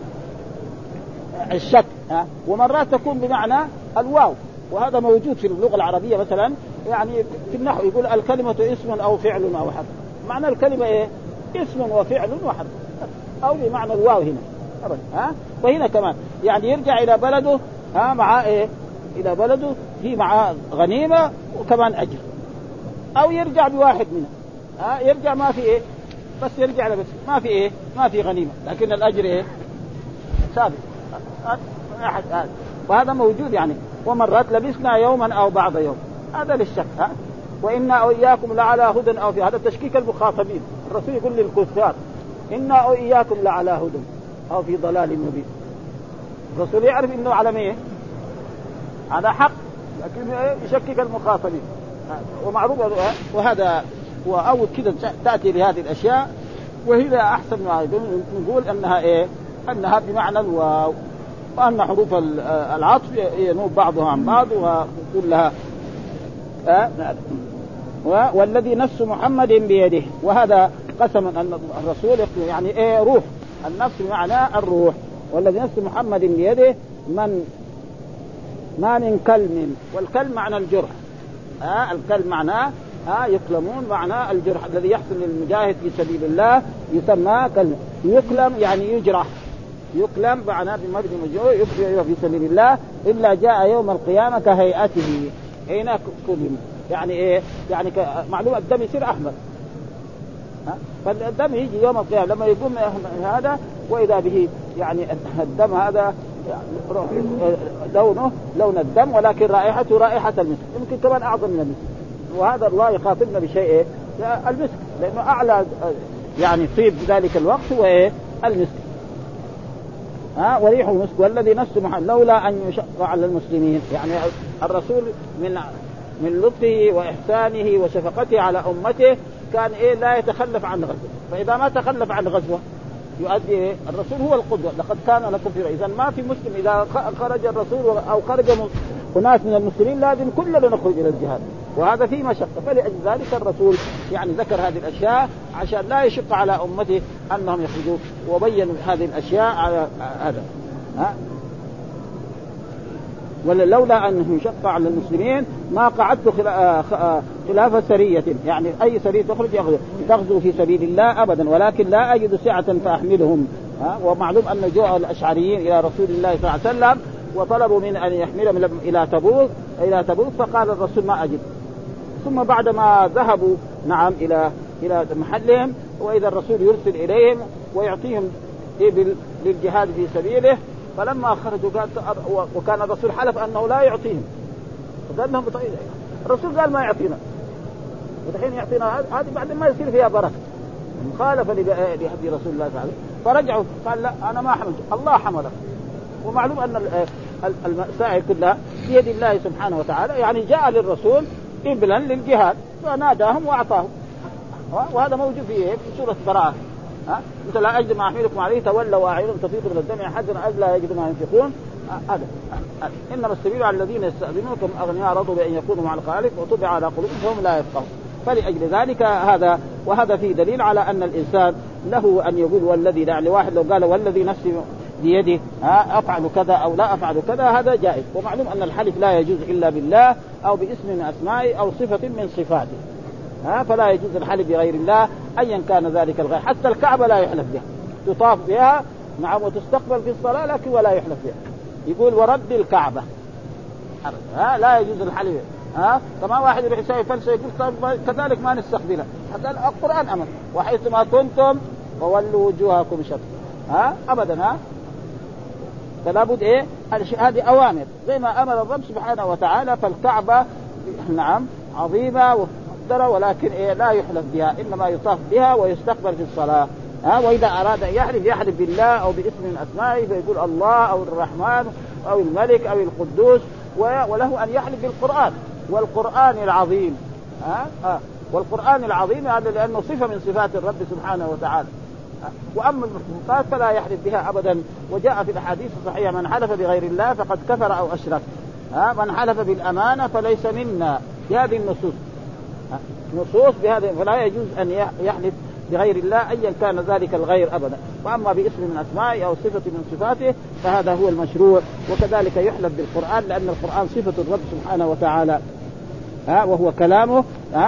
الشك، ومرات تكون بمعنى الواو، وهذا موجود في اللغة العربية. مثلا يعني في النحو يقول الكلمة اسم أو فعل أو حرف. معنى الكلمة إيه؟ اسم وفعل وحرف، أو بمعنى الواو هنا أبدا. وهنا كمان يعني يرجع إلى بلده مع إيه؟ إلى بلده في مع غنيمة وكمان أجر، أو يرجع بواحد منها يرجع ما في إيه، بس يرجع بس ما في إيه، ما في غنيمة، لكن الأجر إيه ثابت أحد هذا. وهذا موجود يعني. ومرات لبسنا يوما أو بعض يوم، هذا للشك. وإنا أو إياكم لعلى هدى أو في هذا تشكيك المخاطبين. الرسول يقول للكفار إنا أو إياكم لعلى هدى أو في ضلال مبين. الرسول يعرف إنه على مين؟ على حق، لكن يشكك المخاطبين ومعروف. وهذا أو كذا تأتي بهذه الأشياء، وهي أحسن ما نقول أنها إيه، أنها بمعنى الواو، وأن حروف العطف ينوب بعضها عن بعض وكلها والذي نفس محمد بيده. وهذا قسم أن الرسول يعني إيه روح، النفس بمعنى الروح. والذي نفس محمد بيده ما من كلم، والكلم معنى الجرح. الكلم معناه يكلمون معنى الجرح الذي يحصل للمجاهد في سبيل الله يسمى كلم. يكلم يعني يجرح، يكلم معناه بمرض مجروح يكلم في سبيل الله إلا جاء يوم القيامة كهيئته. هنا كلم يعني إيه؟ يعني معلومة الدم يصير أحمر. فالدم يجي يوم القيامة لما يقوم هذا وإذا به يعني الدم هذا لونه لون الدم، ولكن رائحته رائحة المسك، يمكن كمان أعظم من المسك. وهذا الله يخاطبنا بشيء المسك، لأنه أعلى يعني طيب ذلك الوقت هو إيه؟ المسك. وريحه مسك. والذي نفس محمد لولا أن يشق على المسلمين، يعني الرسول من لطفه وإحسانه وشفقته على أمته كان إيه لا يتخلف عن غزوة. فإذا ما تخلف عن غزوة يؤدي إيه؟ الرسول هو القدوة. لقد كان لكم في إذا ما في مسلم إذا خرج الرسول أو خرج أناس من المسلمين لازم كلنا نخرج إلى الجهاد، وهذا فيه مشقة. فلأجل ذلك الرسول يعني ذكر هذه الأشياء عشان لا يشق على أمته أنهم يخرجوا، وبين هذه الأشياء على هذا. ولولا أنه يشق على المسلمين ما قعدت خلاف سرية، يعني أي سرية تخرج تغزو في سبيل الله أبدا، ولكن لا أجد سعة فأحملهم. ومعلوم أن جاء الأشعريين إلى رسول الله صلى الله عليه وسلم وطلبوا من أن يحملهم إلى تبوك فقال الرسول ما أجد. ثم بعدما ذهبوا إلى محلهم وإذا الرسول يرسل إليهم ويعطيهم إبل للجهاد في سبيله، فلما خرجوا قال وكان الرسول حلف أنه لا يعطيهم، فقال لهم الرسول قال ما يعطينا، ودحين يعطينا هذه بعد ما يصير فيها بركة مخالفة لهدي رسول الله تعالى. فرجعوا قال لا أنا ما حملت، الله حمله. ومعلوم أن المسائل كلها بيد الله سبحانه وتعالى. يعني جاء للرسول إبلا للجهاد فناداهم وأعطاهم، وهذا موجود في سورة براءة. مثل لا أجد ما أحملكم عليه تولوا وأعينهم تفيض من الدمع حزنا ألا يجدوا ما ينفقون. هذا إنما السبيل على الذين يستأذنونكم أغنياء رضوا بأن يكونوا مع الخالق وطبع على قلوبهم فهم لا يفقهون. فلأجل ذلك وهذا فيه دليل على أن الإنسان له أن يقول والذي، يعني واحد لو قال والذي نفسي بيده أفعل كذا أو لا أفعل كذا هذا جائز. ومعلوم أن الحلف لا يجوز إلا بالله أو باسم من أسمائه أو صفة من صفاته. فلا يجوز الحلف بغير الله أيا كان ذلك الغير. حتى الكعبة لا يحلف بها، تطاف بها نعم وتستقبل في الصلاة لكن ولا يحلف بها. يقول ورب الكعبة لا يجوز الحلف. كما واحد يروح يسوي فلسفة يقول كذلك ما نستقبلها. حتى القرآن أمر وحيثما كنتم فولوا وجوهكم شطرا أبدا. فلا بد إيه هذه أوامر زي ما أمر الرب سبحانه وتعالى. فالكعبة نعم عظيمة ومقدرة ولكن إيه لا يحلف بها، إنما يطاف بها ويستقبل في الصلاة. وإذا أراد أن يحلف بالله أو باسم من أسمائه فيقول الله أو الرحمن أو الملك أو القدوس. وله أن يحلف بالقرآن والقرآن العظيم. والقرآن العظيم هذا لأنه صفة من صفات الرب سبحانه وتعالى. وأما المخلوقات فلا يحلف بها أبدا. وجاء في الأحاديث الصحيحة من حلف بغير الله فقد كفر أو أشرك. من حلف بالأمانة فليس منا. هذه النصوص نصوص بهذا، فلا يجوز أن يحلف بغير الله أيا كان ذلك الغير أبدا. وأما باسم من أسمائه أو صفة من صفاته فهذا هو المشروع. وكذلك يحلف بالقرآن لأن القرآن صفة الرب سبحانه وتعالى وهو كلامه.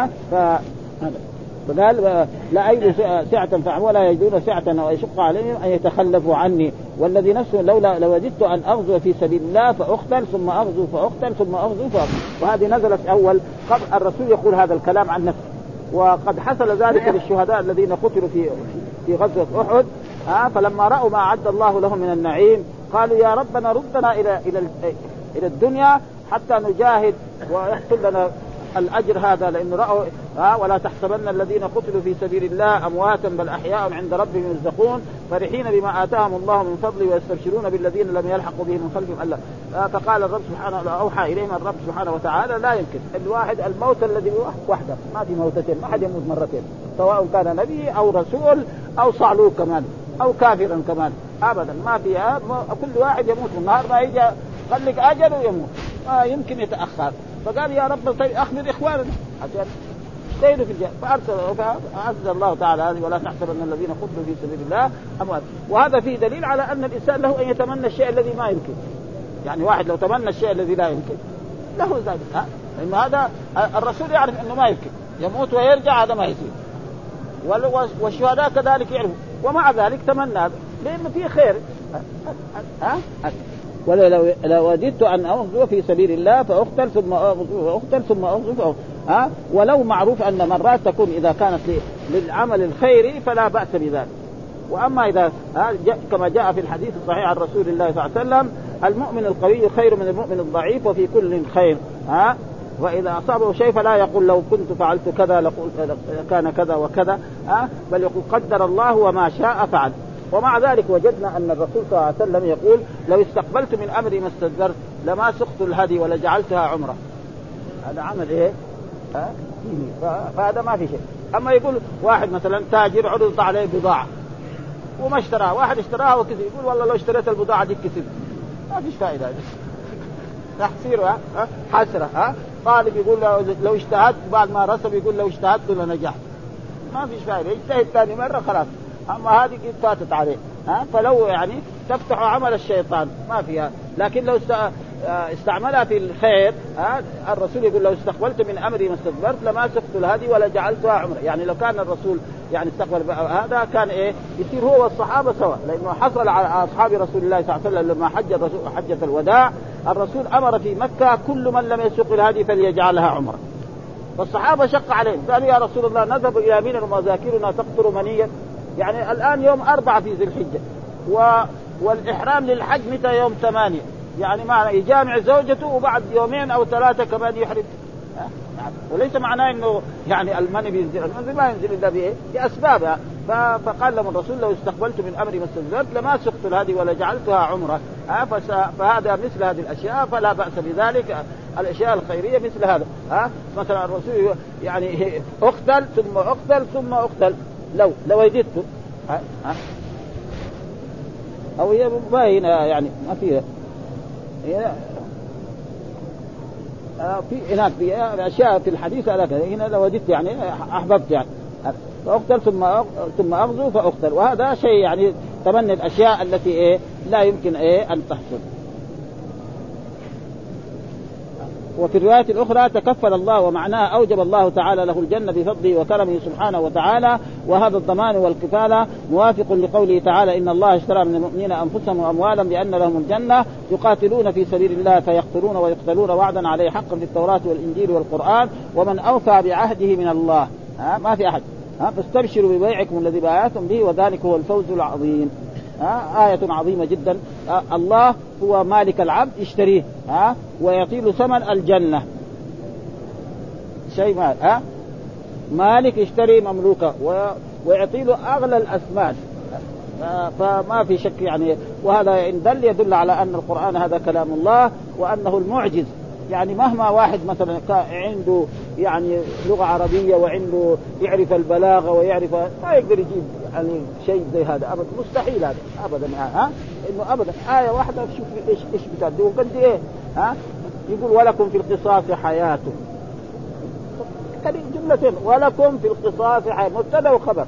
فقال لا أجد سعة فعم ولا يجدون سعة ويشق عليهم أن يتخلفوا عني والذي نفسه لولا لوجدت أن أغزو في سبيل الله فأقتل ثم أغزو فأقتل ثم أغزو فأقتل. وهذه نزلت أول قبل الرسول يقول هذا الكلام عن نفسه. وقد حصل ذلك للشهداء الذين قتلوا في غزوة أحد. فلما رأوا ما أعد الله لهم من النعيم قالوا يا ربنا ردنا إلى الدنيا حتى نجاهد ويحصل لنا الأجر هذا، لأن رأوا ولا تحسبن الذين قتلوا في سبيل الله أمواتا بل أحياء عند ربهم يرزقون فرحين بما آتاهم الله من فضله ويستبشرون بالذين لم يلحقوا بهم من خلفهم ألا. فقال الرب سبحانه أوحى إليهم الرب سبحانه وتعالى لا يمكن الواحد الموت الذي وحده، ما في موتتين، ما حد يموت مرتين سواء كان نبي أو رسول أو صعلوك كمان أو كافرا كمان أبدا، ما فيها. كل واحد يموت النهار ما يجي خليك أجل ويموت يمكن يتأخر. فقال يا رب طيب أخبر إخواننا عشان يجتهدوا في الجهاد فأعز الله تعالى هذه ولا تحسبن الذين قتلوا في سبيل الله أموات. وهذا فيه دليل على أن الإنسان له أن يتمنى الشيء الذي ما يمكن. يعني واحد لو تمنى الشيء الذي لا يمكن له ذلك لأن هذا الرسول يعرف أنه ما يمكن يموت ويرجع، هذا ما يصير. والشهداء كذلك يعرفوا ومع ذلك تمنى هذا لأنه فيه خير. ولو وجدت أن أغزو في سبيل الله فأقتل ثم أغزو فأقتل ثم أغزو ولو معروف أن مرات تكون إذا كانت للعمل الخيري فلا بأس بذلك. وأما إذا كما جاء في الحديث الصحيح عن رسول الله صلى الله عليه وسلم المؤمن القوي خير من المؤمن الضعيف وفي كل خير. وإذا أصابه شيء فلا يقول لو كنت فعلت كذا كان كذا وكذا بل يقول قدر الله وما شاء فعل. ومع ذلك وجدنا أن الرسول صلى الله عليه وسلم يقول لو استقبلت من أمري ما استدبرت لما سقت الهدي ولجعلتها عمرة. هذا عمل إيه؟ فهذا ما في شيء. أما يقول واحد مثلا تاجر عرضت عليه بضاعة وما اشتراها، واحد اشتراها وكذا يقول والله لو اشتريت البضاعة دي كسب، ما فيش فائدة، راح تصير حسرة. طالب يقول لو اجتهدت بعد ما رسب يقول لو اجتهدت لنجحت، ما فيش فائدة، يجتهد ثاني مرة خلاص. أما هذه قد فاتت عليه فلو يعني تفتح عمل الشيطان ما فيها. لكن لو استعملها في الخير الرسول يقول لو استقبلت من أمري ما استدبرت لما سقت الهدي ولا جعلتها عمرة. يعني لو كان الرسول يعني استقبل هذا كان إيه يصير هو والصحابة سواء، لأنه حصل على أصحاب رسول الله صلى الله عليه وسلم لما حج الرسول حجة الوداع الرسول أمر في مكة كل من لم يسق الهدي فليجعلها عمرة. والصحابة شق عليهم قالوا يا رسول الله نذهب إلى منى ومذاكرنا تقطر منيا، يعني الآن يوم 4 في ذي الحجة والإحرام للحج متى يوم 8، يعني معنى يجامع زوجته وبعد 2 أو 3 كمان يحرم. وليس معناه إنه يعني المني بينزل، المنزل ما ينزل إلا بإيه؟ بأسبابها. فقال لهم الرسول لو استقبلت من أمري ما استدبرت لما سقت الهدي ولا جعلتها عمرة. فهذا مثل هذه الأشياء فلا بأس بذلك. الأشياء الخيرية مثل هذا مثلا الرسول يعني أقتل ثم أقتل ثم أقتل لو وجدت أو هي باينة يعني ما فيها في هناك في أشياء في الحديث على كذا. هنا لو وجدت يعني أحببت يعني فأقتل ثم أغزو فأقتل. وهذا شيء يعني تمني الأشياء التي إيه لا يمكن إيه أن تحصل. وفي الرواية الأخرى تكفل الله ومعناها أوجب الله تعالى له الجنة بفضله وكرمه سبحانه وتعالى. وهذا الضمان والكفالة موافق لقوله تعالى إن الله اشترى من المؤمنين أنفسهم وأموالهم بأن لهم الجنة يقاتلون في سبيل الله فيقتلون ويقتلون وعدا عليه حقا في التوراة والإنجيل والقرآن ومن أوفى بعهده من الله ما في أحد فاستبشروا ببيعكم الذي بايعتم به وذلك هو الفوز العظيم. آية عظيمة جدا. الله هو مالك العبد يشتريه ويعطي له ثمن الجنة شيء مالك يشتري مملوكه ويعطي له أغلى الأثمان. فما في شك يعني. وهذا يدل على أن القرآن هذا كلام الله وأنه المعجز. يعني مهما واحد مثلا عنده يعني لغة عربية وعنده يعرف البلاغة ويعرف ما يقدر يجيب يعني شيء زي هذا أبدا، مستحيل هذا أبدا. إنه أبدا آية واحدة شوف إيش بتعدي وقد إيه يقول ولكم في القصاص حياة. جملتين ولكم في القصاص حياة مبتدا وخبر.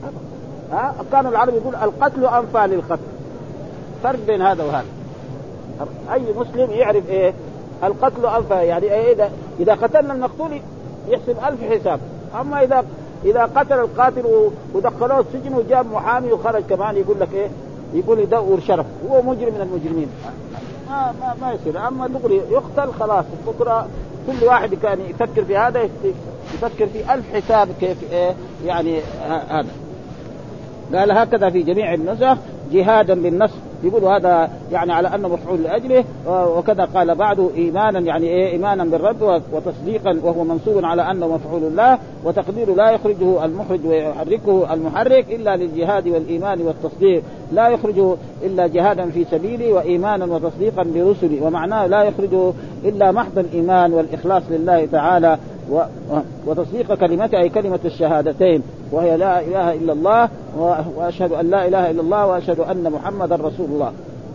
كان العرب يقول القتل أنفى للقتل، فرق بين هذا وهذا. أي مسلم يعرف إيه القتل أنفى، يعني إيه إذا قتلنا المقتول يحسب 1000 حساب. أما إذا قتل القاتل ودخلوه السجن وجاب محامي وخرج كمان يقول لك إيه، يقول يدور شرف، هو مجرم من المجرمين، ما يصير. أما دغري يقتل خلاص، بكرة كل واحد كان يفكر في هذا يفكر في 1000 حساب كيف إيه يعني هذا. قال هكذا في جميع النسخ جهادا بالنصر، يقولوا هذا يعني على أنه مفعول لأجله. وكذا قال بعده إيمانا، يعني إيه إيمانا بالرب وتصديقا، وهو منصوب على أنه مفعول الله، وتقدير لا يخرجه المخرج ويحركه المحرك إلا للجهاد والإيمان والتصديق، لا يخرجه إلا جهادا في سبيله وإيمانا وتصديقا برسله. ومعناه لا يخرجه إلا محض الإيمان والإخلاص لله تعالى وتصديق كلمته، أي كلمة الشهادتين، وهي لا إله إلا الله وأشهد أن لا إله إلا الله وأشهد أن محمدا رسول الله.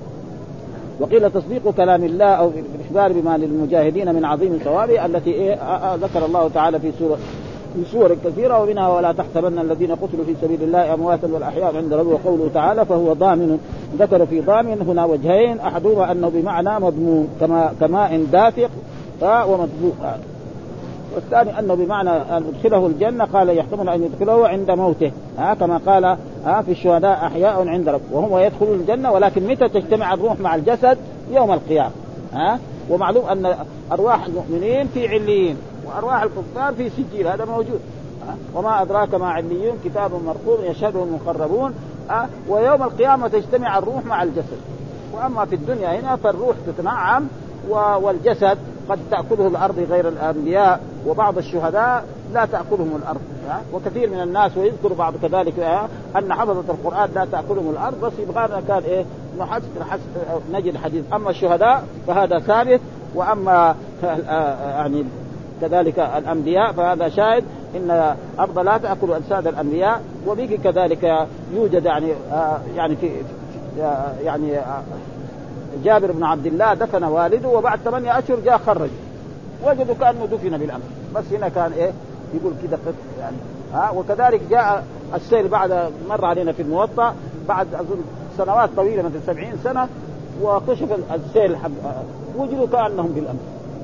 وقيل تصديق كلام الله أو الإخبار بما للمجاهدين من عظيم ثوابه التي ذكر الله تعالى في سور كثيرة، ومنها ولا تحسبن الذين قتلوا في سبيل الله أمواتا والأحياء عند ربهم، وقوله تعالى فهو ضامن. ذكر في ضامن هنا وجهين، أحدهما أنه بمعنى مضمون كماء دافق ومضبوط، والثاني أنه بمعنى أن يدخله الجنة، قال يحتمل أن يدخله عند موته كما قال في الشهداء أحياء عند رب وهم يدخلون الجنة، ولكن متى تجتمع الروح مع الجسد؟ يوم القيامة. ومعلوم أن أرواح المؤمنين في عليين وأرواح الكفار في سجيل، هذا موجود. وما أدراك ما عليون كتاب مرقوم يشهده المقربون. ويوم القيامة تجتمع الروح مع الجسد. وأما في الدنيا هنا فالروح تتنعم والجسد قد تأكله الأرض غير الأنبياء، وبعض الشهداء لا تأكلهم الأرض. وكثير من الناس، ويذكر بعض كذلك أن حفظة القرآن لا تأكلهم الأرض، بس يبغانا كان نجد حديث. أما الشهداء فهذا ثابت، وأما يعني كذلك الأنبياء فهذا شاهد إن أرض لا تأكل أجساد الأنبياء. وبه كذلك يوجد يعني في يعني جابر بن عبد الله دفن والده، وبعد 8 أشهر جاء خرج وجدوا كأنه دفن بالأمس، بس هنا كان يقول كده يعني. وكذلك جاء السيل بعد مر علينا في الموطأ بعد أظن سنوات طويلة مثل 70 سنة، وكشف السيل وجدوا كأنهم بالأمس،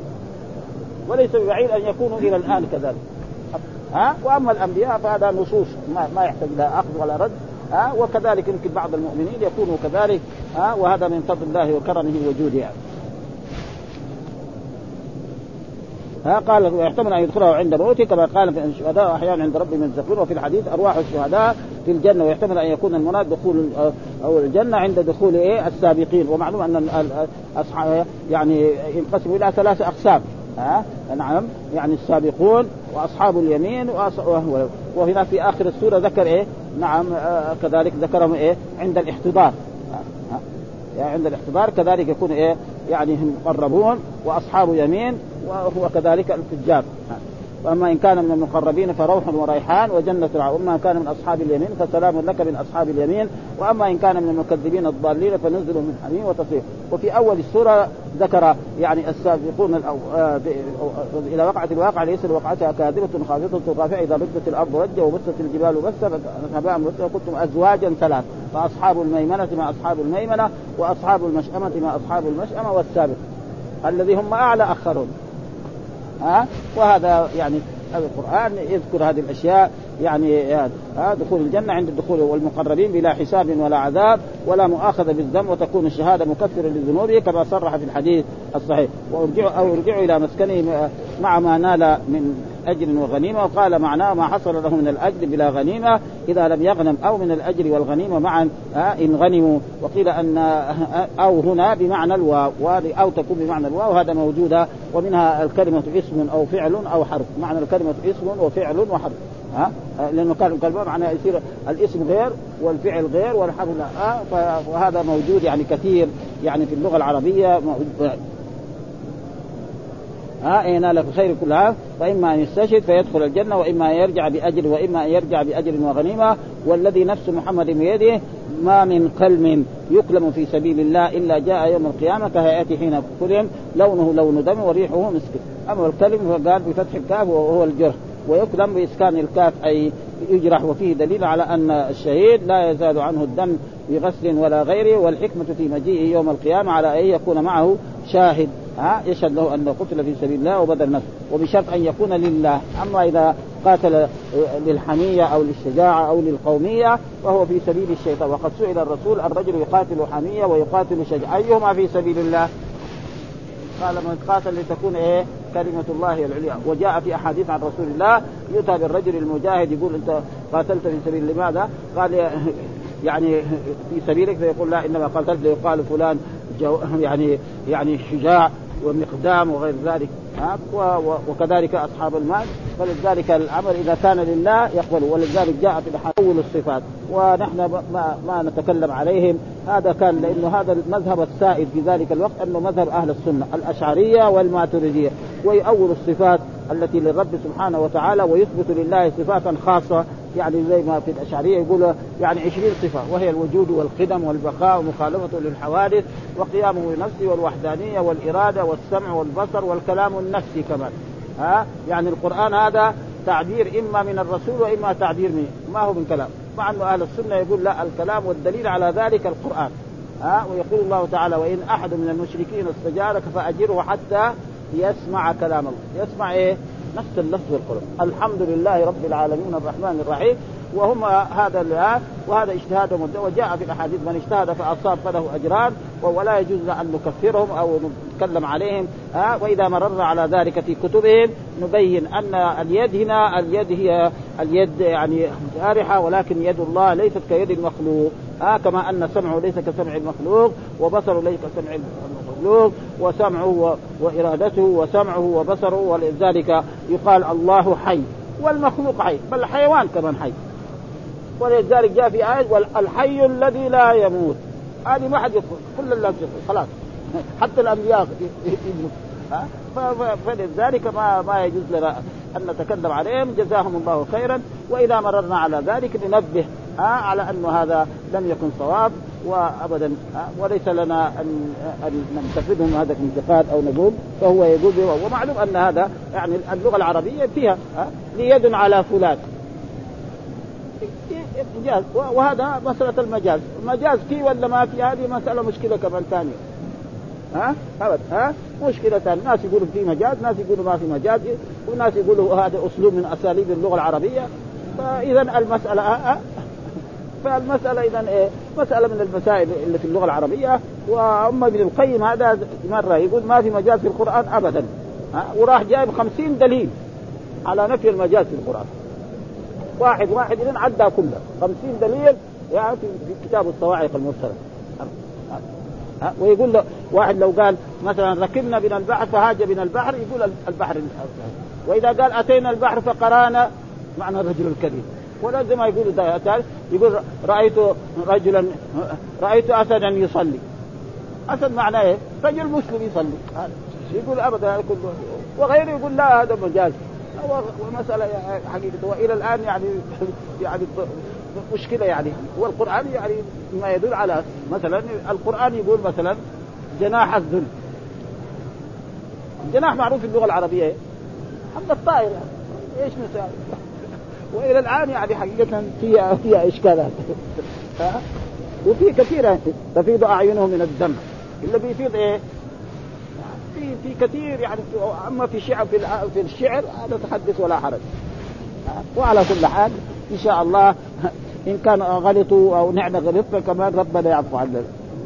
وليس ببعيد أن يكونوا إلى الآن كذلك. وأما الأنبياء فهذا نصوص ما يحتاج لها أخذ ولا رد. وكذلك يمكن بعض المؤمنين يكونوا كذلك، وهذا من فضل الله وكرمه وجوده يعني. قال ويحتمل أن يدخله عند موته كما قال في الشهداء أحيانا عند ربهم يرزقون. وفي الحديث أرواح الشهداء في الجنة، ويحتمل أن يكون المراد دخول أو الجنة عند دخول السابقين. ومعلوم أن الأصحاب يعني ينقسم إلى 3 أقسام. نعم، يعني السابقون وأصحاب اليمين وهنا في آخر السورة ذكر نعم كذلك ذكرهم عند الاحتضار. يعني عند الاحتضار كذلك يكون يعني هم مقربون وأصحاب يمين، وهو كذلك الفجار. وأما إن كان من المقربين فروح وريحان وجنة وأما إن كان من أصحاب اليمين فسلام لك من أصحاب اليمين، وأما إن كان من المكذبين الضالين فنزل من حميم وتصير. وفي أول السورة ذكر يعني السابقون إلى وقعة الواقع ليس وقعتها كاذبة خافضة رافعة إذا رجت الأرض رجة وبست الجبال بسا فهباء منبثا كنتم أزواجا 3 فأصحاب الميمنة ما أصحاب الميمنة وأصحاب المشأمة ما أصحاب المشأمة والسابق الذي هم أعلى أخرون. وهذا يعني القرآن يذكر هذه الأشياء، يعني دخول الجنة عند الدخول والمقربين بلا حساب ولا عذاب ولا مؤاخذة بالذنب، وتكون الشهادة مكفرة لذنوبه كما صرح في الحديث الصحيح. وارجعوا إلى مسكنه مع ما نال من أجر وغنيمة. وقال معناه ما حصل له من الأجر بلا غنيمة إذا لم يغنم، أو من الأجر والغنيمة معا إن غنموا. وقيل أن أو هنا بمعنى الواو، أو تكون بمعنى الواو، وهذا موجودة. ومنها الكلمة اسم أو فعل أو حرف، معنى الكلمة اسم وفعل وحرف. لأنه كان معنى يصير الاسم غير والفعل غير والحرف لا. وهذا موجود يعني كثير يعني في اللغة العربية. ينال الخير كلها، فإما أن يستشهد فيدخل الجنة، وإما أن يرجع بأجر، وإما أن يرجع بأجر وغنيمة. والذي نفس محمد بيده ما من كلم يكلم في سبيل الله إلا جاء يوم القيامة كهيئته حين كلم، لونه لون دم وريحه مسك. أما الكلم فقال بفتح الكاف وهو الجرح، ويكلم بإسكان الكاف أي يجرح، وفيه دليل على أن الشهيد لا يزال عنه الدم بغسل ولا غيره. والحكمة في مجيئه يوم القيامة على أن يكون معه شاهد يشهد له أنه قتل في سبيل الله وبذل نفسه، وبشرط أن يكون لله. أما إذا قاتل للحمية أو للشجاعة أو للقومية فهو في سبيل الشيطان. وقد سئل الرسول: الرجل يقاتل حمية ويقاتل شجاعة أيهما في سبيل الله؟ قال: من قاتل لتكون كلمة الله العليا. وجاء في أحاديث عن رسول الله يؤتى بالرجل المجاهد يقول: أنت قاتلت في سبيل لماذا؟ قال: يعني في سبيلك. فيقول: لا، إنما قاتلت ليقال فلان يعني شجاع ومقدام وغير ذلك. وكذلك أصحاب المال. فلذلك العمل إذا كان لله يقبله. ولذلك جاء في أول الصفات، ونحن ما نتكلم عليهم. هذا كان لأنه هذا المذهب السائد في ذلك الوقت، أنه مذهب أهل السنة الأشعرية والماتريدية، ويؤول الصفات التي للرب سبحانه وتعالى، ويثبت لله صفاتا خاصة. يعني زي ما في الأشعرية يقول يعني 20 صفة، وهي الوجود والقدم والبقاء ومخالفته للحوادث وقيامه بنفسه والوحدانية والإرادة والسمع والبصر والكلام النفسي كمان. يعني القرآن هذا تعبير إما من الرسول وإما تعبير ما هو من كلام، مع أن أهل السنة يقول لا، الكلام والدليل على ذلك القرآن. ويقول الله تعالى: وإن أحد من المشركين استجارك فأجره حتى يسمع كلام الله. يسمع نفس اللفظ القرآن: الحمد لله رب العالمين الرحمن الرحيم. وهم هذا وهذا اجتهادهم. وجاء في الأحاديث: من اجتهد فأصاب فله أجران، ولا يجوز أن نكفرهم أو نتكلم عليهم. وإذا مررنا على ذلك في كتبهم نبين أن اليد هنا اليد هي اليد يعني جارحة، ولكن يد الله ليست كيد المخلوق. كما أن سمعه ليس كسمع المخلوق، وبصره ليس كسمع المخلوق، وسمعه وإرادته وسمعه وبصره. ولذلك يقال الله حي، والمخلوق حي، بل الحيوان كمان حي. ولذلك جاء في آية: والحي الذي لا يموت. هذه ما حد يدخل، كل الناس يدخل خلاص، حتى الأنبياء يموت. فلذلك ما يجوز لنا أن نتكلم عليهم، جزاهم الله خيرا. وإذا مررنا على ذلك ننبه على أن هذا لم يكن صواب وأبدا، وليس لنا أن ننتقدهم هذا الانتقاد أو نقول. فهو يقول ومعلوم أن هذا يعني اللغة العربية فيها ليد على فلان مجاز، وهذا مسألة المجاز فيه ولا ما في، هذه مسألة مشكلة كمان ثانية. مشكلة ثانية. ناس يقولوا في مجاز، ناس يقولوا ما في مجاز، وناس يقولوا هذا أسلوب من أساليب اللغة العربية. فإذا فالمسألة إذا مسألة من المسائل اللي في اللغة العربية. وأما ابن القيم هذا مرة يقول ما في مجاز في القرآن أبدا، وراح جايب 50 دليل على نفي المجاز في القرآن، واحد إذن عدى كله 50 دليل يعني في كتاب الصواعق المرسلة. ويقول له واحد لو قال مثلا ركبنا بنا البحر فهاج بنا البحر، يقول البحر. وإذا قال أتينا البحر فقرانا، معنى الرجل الكريم. ولا زي ما يقول رأيت أسدا يصلي. أسد معناه إيه؟ رجل مسلم يصلي. يقول أبدا كله. وغيره يقول لا، هذا مجاز. ومسألة حقيقة. وإلى الآن يعني مشكلة. يعني والقرآن يعني ما يدل على مثلا القرآن يقول مثلا جناح الذل. الجناح معروف في اللغة العربية حتى الطائر، يعني إيش مثال. وإلى الآن يعني حقيقة فيها إشكالات. وفي كثيرة تفيض أعينهم من الدم. اللي بيفيض إيه في كثير يعني. أما في الشعر هذا تحدث ولا حرج. وعلى كل حال إن شاء الله إن كان غلطوا أو نحن غلطنا كمان ربنا يعفو عنا.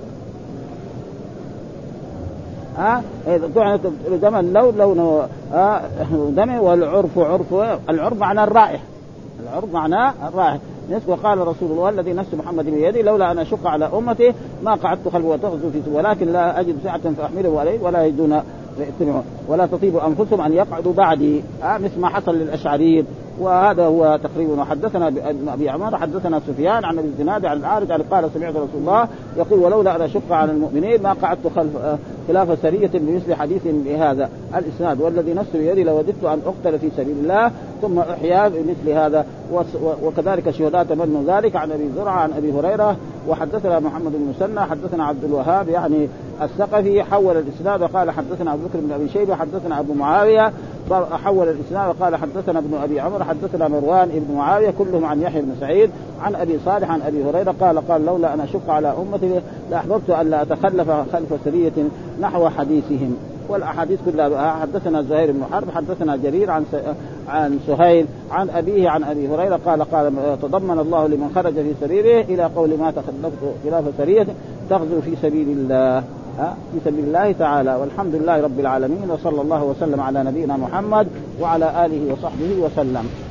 طعنت دم اللون لونه دم، والعرف عرف. العرف معناه الرائحة. العرف معناه الرائحة. وقال رسول الله الذي نفس محمد بيده: لولا أن أشق على أمتي ما قعدت خلفه وتغزو في، ولكن لا أجد سعة فأحمله عليه ولا يجدون ولا تطيب أنفسهم أن يقعدوا بعدي، مثل ما حصل للأشعريين. وهذا هو تقريبا. وحدثنا أبي عمار حدثنا سفيان عن الزناد عن الأعرج قال: سمعت رسول الله يقول: ولولا أن أشق على المؤمنين ما قعدت خلاف سرية بمثل حديث بهذا الإسناد، والذي نفسي بيدي لوددت أن أقتل في سبيل الله ثم أحيا بمثل هذا. وكذلك شهداء تمنوا ذلك عن أبي زرعة عن أبي هريرة. وحدثنا محمد بن مسنى حدثنا عبد الوهاب يعني الثقفي حول الإسناد وقال حدثنا أبو بكر بن أبي شيبة حدثنا أبو معاوية حول الإسناد وقال حدثنا ابن أبي عمر حدثنا مروان ابن معاوية كلهم عن يحيى بن سعيد عن أبي صالح عن أبي هريرة قال لولا أن أشق على أمتي لأحببت أن لا أتخلف خلف سرية نحو حديثهم. والأحاديث كلها حدثنا زهير بن حرب حدثنا جرير عن سهيل عن أبيه عن أبي هريرة قال تضمن الله لمن خرج في سبيله إلى قول ما تخلفت خلاف سرية تغزو في سبيل الله في سبيل الله تعالى. والحمد لله رب العالمين وصلى الله وسلم على نبينا محمد وعلى آله وصحبه وسلم.